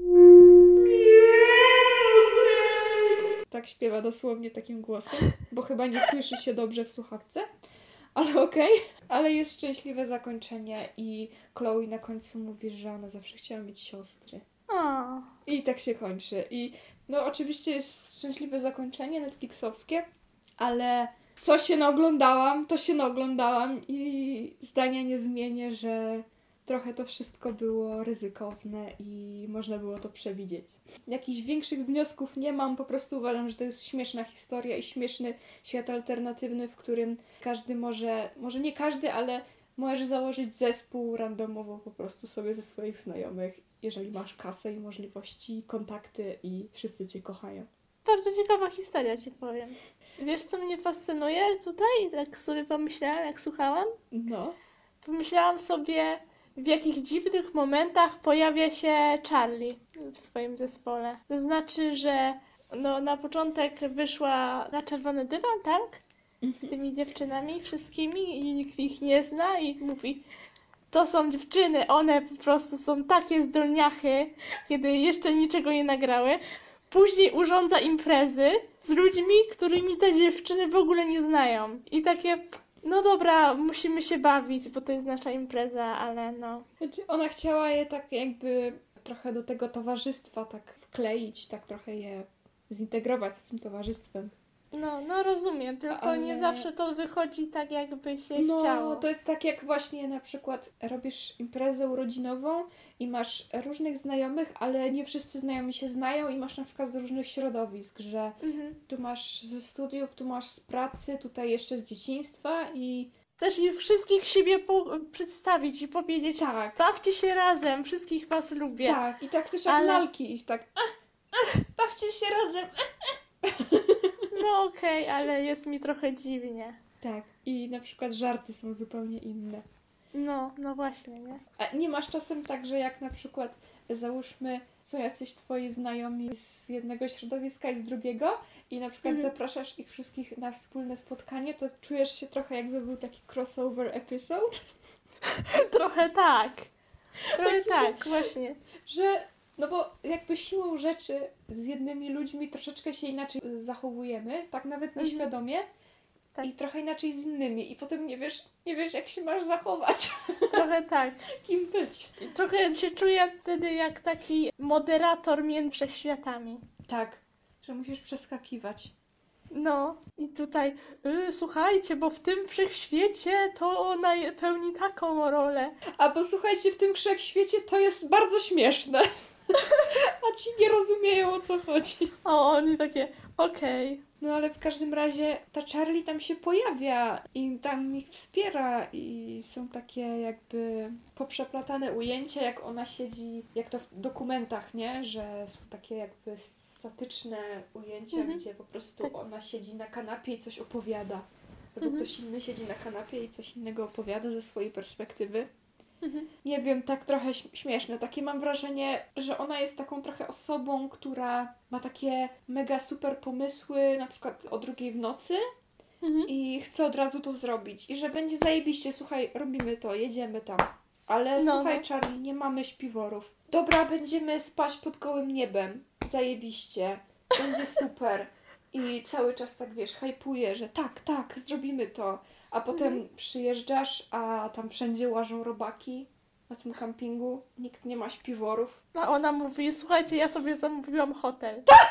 Tak śpiewa dosłownie takim głosem, bo chyba nie słyszy się dobrze w słuchawce. Ale okej, okay. Ale jest szczęśliwe zakończenie i Chloe na końcu mówi, że ona zawsze chciała mieć siostry. O. I tak się kończy. I no oczywiście jest szczęśliwe zakończenie netflixowskie, ale co się naoglądałam, to się naoglądałam i zdania nie zmienię, że trochę to wszystko było ryzykowne i można było to przewidzieć. Jakichś większych wniosków nie mam, po prostu uważam, że to jest śmieszna historia i śmieszny świat alternatywny, w którym każdy może, może nie każdy, ale możesz założyć zespół randomowo po prostu sobie ze swoich znajomych, jeżeli masz kasę i możliwości, kontakty i wszyscy cię kochają. Bardzo ciekawa historia, ci powiem. Wiesz, co mnie fascynuje tutaj, jak sobie pomyślałam, jak słuchałam? No. Pomyślałam sobie, w jakich dziwnych momentach pojawia się Charlie w swoim zespole. To znaczy, że no, na początek wyszła na czerwony dywan, tak? Z tymi dziewczynami wszystkimi i nikt ich nie zna i mówi, to są dziewczyny, one po prostu są takie zdolniachy, kiedy jeszcze niczego nie nagrały. Później urządza imprezy z ludźmi, którymi te dziewczyny w ogóle nie znają. I takie, no dobra, musimy się bawić, bo to jest nasza impreza, ale no. Znaczy ona chciała je tak jakby trochę do tego towarzystwa tak wkleić, tak trochę je zintegrować z tym towarzystwem. No, no rozumiem, tylko ale... nie zawsze to wychodzi tak, jakby się no, chciało. No, to jest tak jak właśnie na przykład robisz imprezę urodzinową i masz różnych znajomych, ale nie wszyscy znajomi się znają i masz na przykład z różnych środowisk, że mhm. tu masz ze studiów, tu masz z pracy, tutaj jeszcze z dzieciństwa i... Też i wszystkich siebie po- przedstawić i powiedzieć, tak. Bawcie się razem, wszystkich was lubię. Tak, i tak też jak ale... lalki ich tak, ah, ah, bawcie się razem, No okej, okay, ale jest mi trochę dziwnie. Tak, i na przykład żarty są zupełnie inne. No, no właśnie, nie? A nie masz czasem tak, że jak na przykład załóżmy są jacyś twoi znajomi z jednego środowiska i z drugiego i na przykład mhm. zapraszasz ich wszystkich na wspólne spotkanie, to czujesz się trochę jakby był taki crossover episode? Trochę tak. Trochę tak, tak, właśnie. Że, no bo jakby siłą rzeczy z jednymi ludźmi troszeczkę się inaczej zachowujemy, tak nawet nieświadomie, tak. I trochę inaczej z innymi i potem nie wiesz, nie wiesz jak się masz zachować. Trochę tak. Kim być. Trochę się czuję wtedy jak taki moderator między wszechświatami. Tak, że musisz przeskakiwać. No i tutaj yy, słuchajcie, bo w tym wszechświecie to ona pełni taką rolę. A bo słuchajcie, w tym wszechświecie to jest bardzo śmieszne. A ci nie rozumieją o co chodzi. O, oni takie, okej. Okay. No ale w każdym razie ta Charlie tam się pojawia i tam ich wspiera i są takie jakby poprzeplatane ujęcia, jak ona siedzi, jak to w dokumentach, nie? Że są takie jakby statyczne ujęcia, Mhm. gdzie po prostu Tak. ona siedzi na kanapie i coś opowiada. Albo Mhm. ktoś inny siedzi na kanapie i coś innego opowiada ze swojej perspektywy. Mhm. Nie wiem, tak trochę ś- śmieszne. Takie mam wrażenie, że ona jest taką trochę osobą, która ma takie mega super pomysły, na przykład o drugiej w nocy Mhm. i chce od razu to zrobić. I że będzie zajebiście, słuchaj, robimy to, jedziemy tam. Ale No, słuchaj, no. Charlie, nie mamy śpiworów. Dobra, będziemy spać pod gołym niebem. Zajebiście. Będzie super. I cały czas tak, wiesz, hajpuje, że tak, tak, zrobimy to. A potem Mhm. przyjeżdżasz, a tam wszędzie łażą robaki na tym kampingu. Nikt nie ma śpiworów. A ona mówi, słuchajcie, ja sobie zamówiłam hotel. Tak!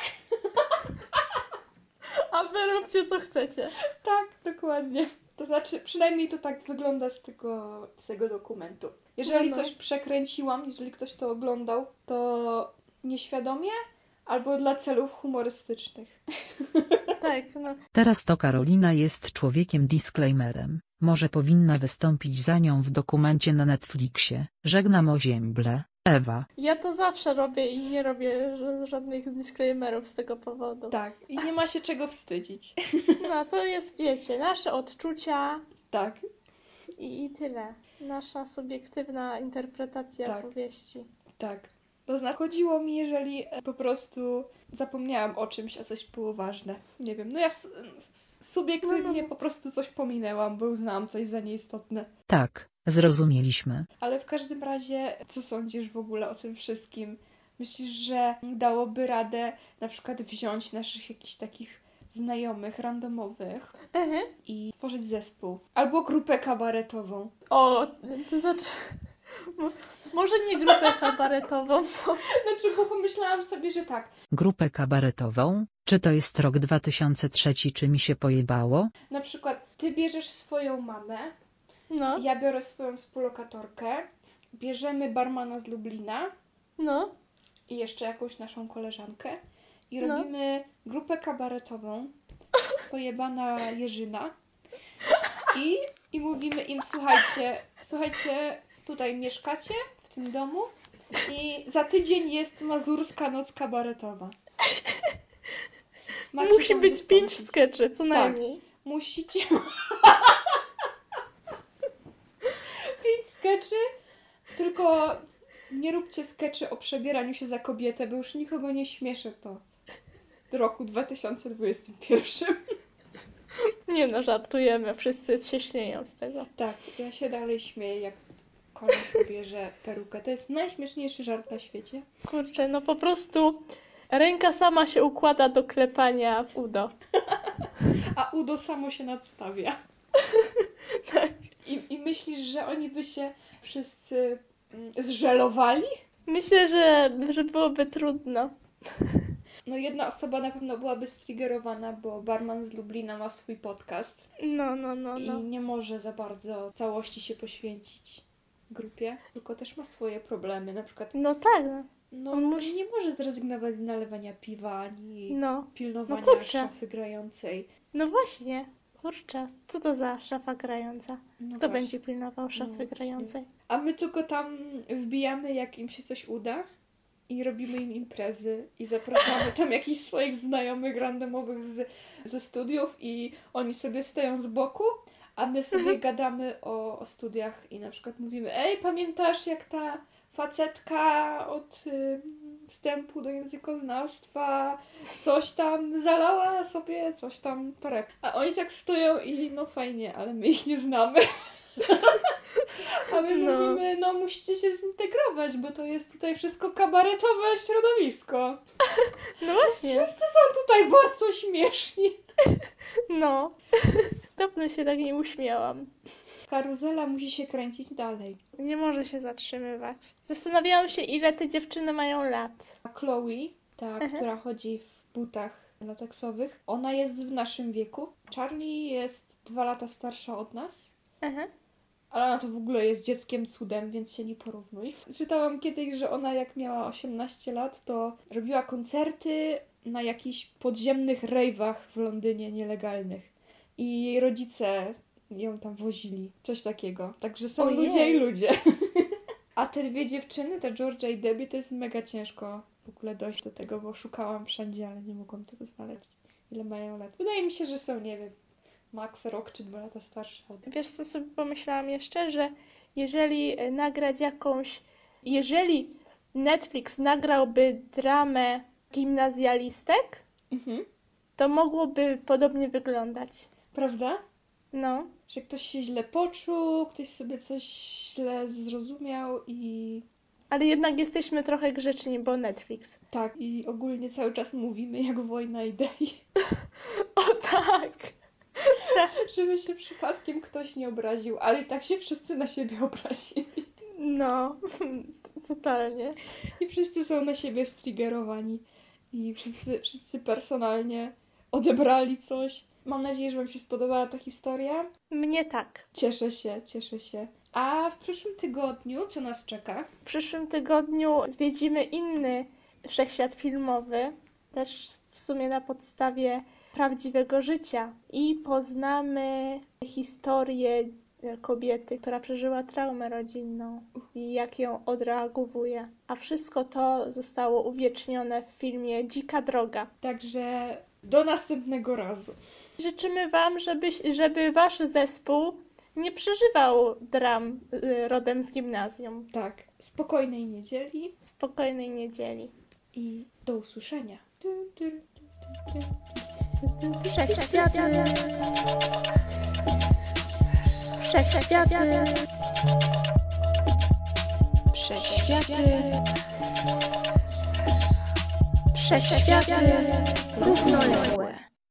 A wy róbcie co chcecie. Tak, dokładnie. To znaczy, przynajmniej to tak wygląda z tego, z tego dokumentu. Jeżeli No, no. coś przekręciłam, jeżeli ktoś to oglądał, to nieświadomie albo dla celów humorystycznych. Tak, no. Teraz to Karolina jest człowiekiem disclaimerem. Może powinna wystąpić za nią w dokumencie na Netflixie. Żegnam Ozięble, Ewa. Ja to zawsze robię i nie robię ż- żadnych disclaimerów z tego powodu. Tak, i nie ma się czego wstydzić. No, to jest, wiecie, nasze odczucia Tak, i, i tyle. Nasza subiektywna interpretacja Tak. powieści. tak. To znaczy, chodziło mi, jeżeli e, po prostu zapomniałam o czymś, a coś było ważne. Nie wiem, no ja su- s- subiektywnie No, no. po prostu coś pominęłam, bo uznałam coś za nieistotne. Tak, zrozumieliśmy. Ale w każdym razie, co sądzisz w ogóle o tym wszystkim? Myślisz, że dałoby radę na przykład wziąć naszych jakichś takich znajomych, randomowych Mhm. i stworzyć zespół? Albo grupę kabaretową. O, to znaczy... mo- Może nie grupę kabaretową, bo... Znaczy, bo pomyślałam sobie, że tak, Grupę kabaretową? Czy to jest rok dwa tysiące trzeci, czy mi się pojebało? na przykład ty bierzesz swoją mamę, No, ja biorę swoją współlokatorkę, bierzemy barmana z Lublina no. i jeszcze jakąś naszą koleżankę i No. robimy grupę kabaretową pojebana Jerzyna i, i mówimy im, słuchajcie, słuchajcie, tutaj mieszkacie w tym domu i za tydzień jest mazurska noc kabaretowa. Macie Musi tam być wystąpić. pięć skeczy, co najmniej. Musicie... Pięć skeczy, tylko nie róbcie skeczy o przebieraniu się za kobietę, bo już nikogo nie śmieszy to w roku dwa tysiące dwudziestym pierwszym. Nie no, żartujemy, wszyscy się śmieją z tego. Tak, ja się dalej śmieję, jak koleś pobierze perukę. To jest najśmieszniejszy żart na świecie. Kurczę, no po prostu ręka sama się układa do klepania w udo. A Udo samo się nadstawia. I, I myślisz, że oni by się wszyscy mm, zżelowali? Myślę, że, że byłoby trudno. No jedna osoba na pewno byłaby striggerowana, bo barman z Lublina ma swój podcast No, no, no, no. i nie może za bardzo całości się poświęcić grupie, tylko też ma swoje problemy. Na przykład, No tak, no. no On musi- nie może zrezygnować z nalewania piwa ani No, pilnowania no kurczę. szafy grającej. no właśnie. Kurczę, co to za szafa grająca? No Kto właśnie. będzie pilnował szafy właśnie. grającej? A my tylko tam wbijamy, jak im się coś uda i robimy im imprezy i zapraszamy tam jakichś swoich znajomych randomowych z, ze studiów i oni sobie stoją z boku, a my sobie gadamy o, o studiach i na przykład mówimy, ej, pamiętasz jak ta facetka od y, wstępu do językoznawstwa coś tam zalała sobie, coś tam toreb. A oni tak stoją i no fajnie, ale my ich nie znamy. A my No. mówimy, no musicie się zintegrować, bo to jest tutaj wszystko kabaretowe środowisko. No właśnie, Wszyscy są tutaj bardzo śmieszni. no. Dawno się tak nie uśmiałam. Karuzela musi się kręcić dalej. Nie może się zatrzymywać. Zastanawiałam się, ile te dziewczyny mają lat. A Chloe, ta, Mhm. która chodzi w butach lateksowych, ona jest w naszym wieku. Charlie jest dwa lata starsza od nas. Aha. Ale ona to w ogóle jest dzieckiem cudem, więc się nie porównuj. Czytałam kiedyś, że ona jak miała osiemnaście lat, to robiła koncerty na jakichś podziemnych rejwach w Londynie nielegalnych. I jej rodzice ją tam wozili. Coś takiego. Także są Ojej. ludzie i ludzie. A te dwie dziewczyny, ta Georgia i Debbie, to jest mega ciężko w ogóle dojść do tego, bo szukałam wszędzie, ale nie mogłam tego znaleźć. Ile mają lat? Wydaje mi się, że są, nie wiem, max rok czy dwa lata starsze. Wiesz co, sobie pomyślałam jeszcze, że jeżeli nagrać jakąś... Jeżeli Netflix nagrałby dramę gimnazjalistek, Mhm. to mogłoby podobnie wyglądać. Prawda? No. Że ktoś się źle poczuł, ktoś sobie coś źle zrozumiał i... Ale jednak jesteśmy trochę grzeczni, bo Netflix. Tak, i ogólnie cały czas mówimy jak wojna idei. O tak! Żeby się przypadkiem ktoś nie obraził, ale i tak się wszyscy na siebie obrazili. No, totalnie. I wszyscy są na siebie striggerowani. I wszyscy, wszyscy personalnie odebrali coś. Mam nadzieję, że Wam się spodobała ta historia. Mnie tak. Cieszę się, cieszę się. A w przyszłym tygodniu co nas czeka? W przyszłym tygodniu zwiedzimy inny wszechświat filmowy, też w sumie na podstawie prawdziwego życia. I poznamy historię kobiety, która przeżyła traumę rodzinną i jak ją odreagowuje. A wszystko to zostało uwiecznione w filmie Dzika droga. Także do następnego razu. Życzymy Wam, żeby, żeby Wasz zespół nie przeżywał dram y, rodem z gimnazjum. Tak, spokojnej niedzieli Spokojnej niedzieli. i do usłyszenia. Tu, tu, tu, tu, tu. Wszechświaty. Wszechświaty. Wszechświaty. Wszechświaty równoległe.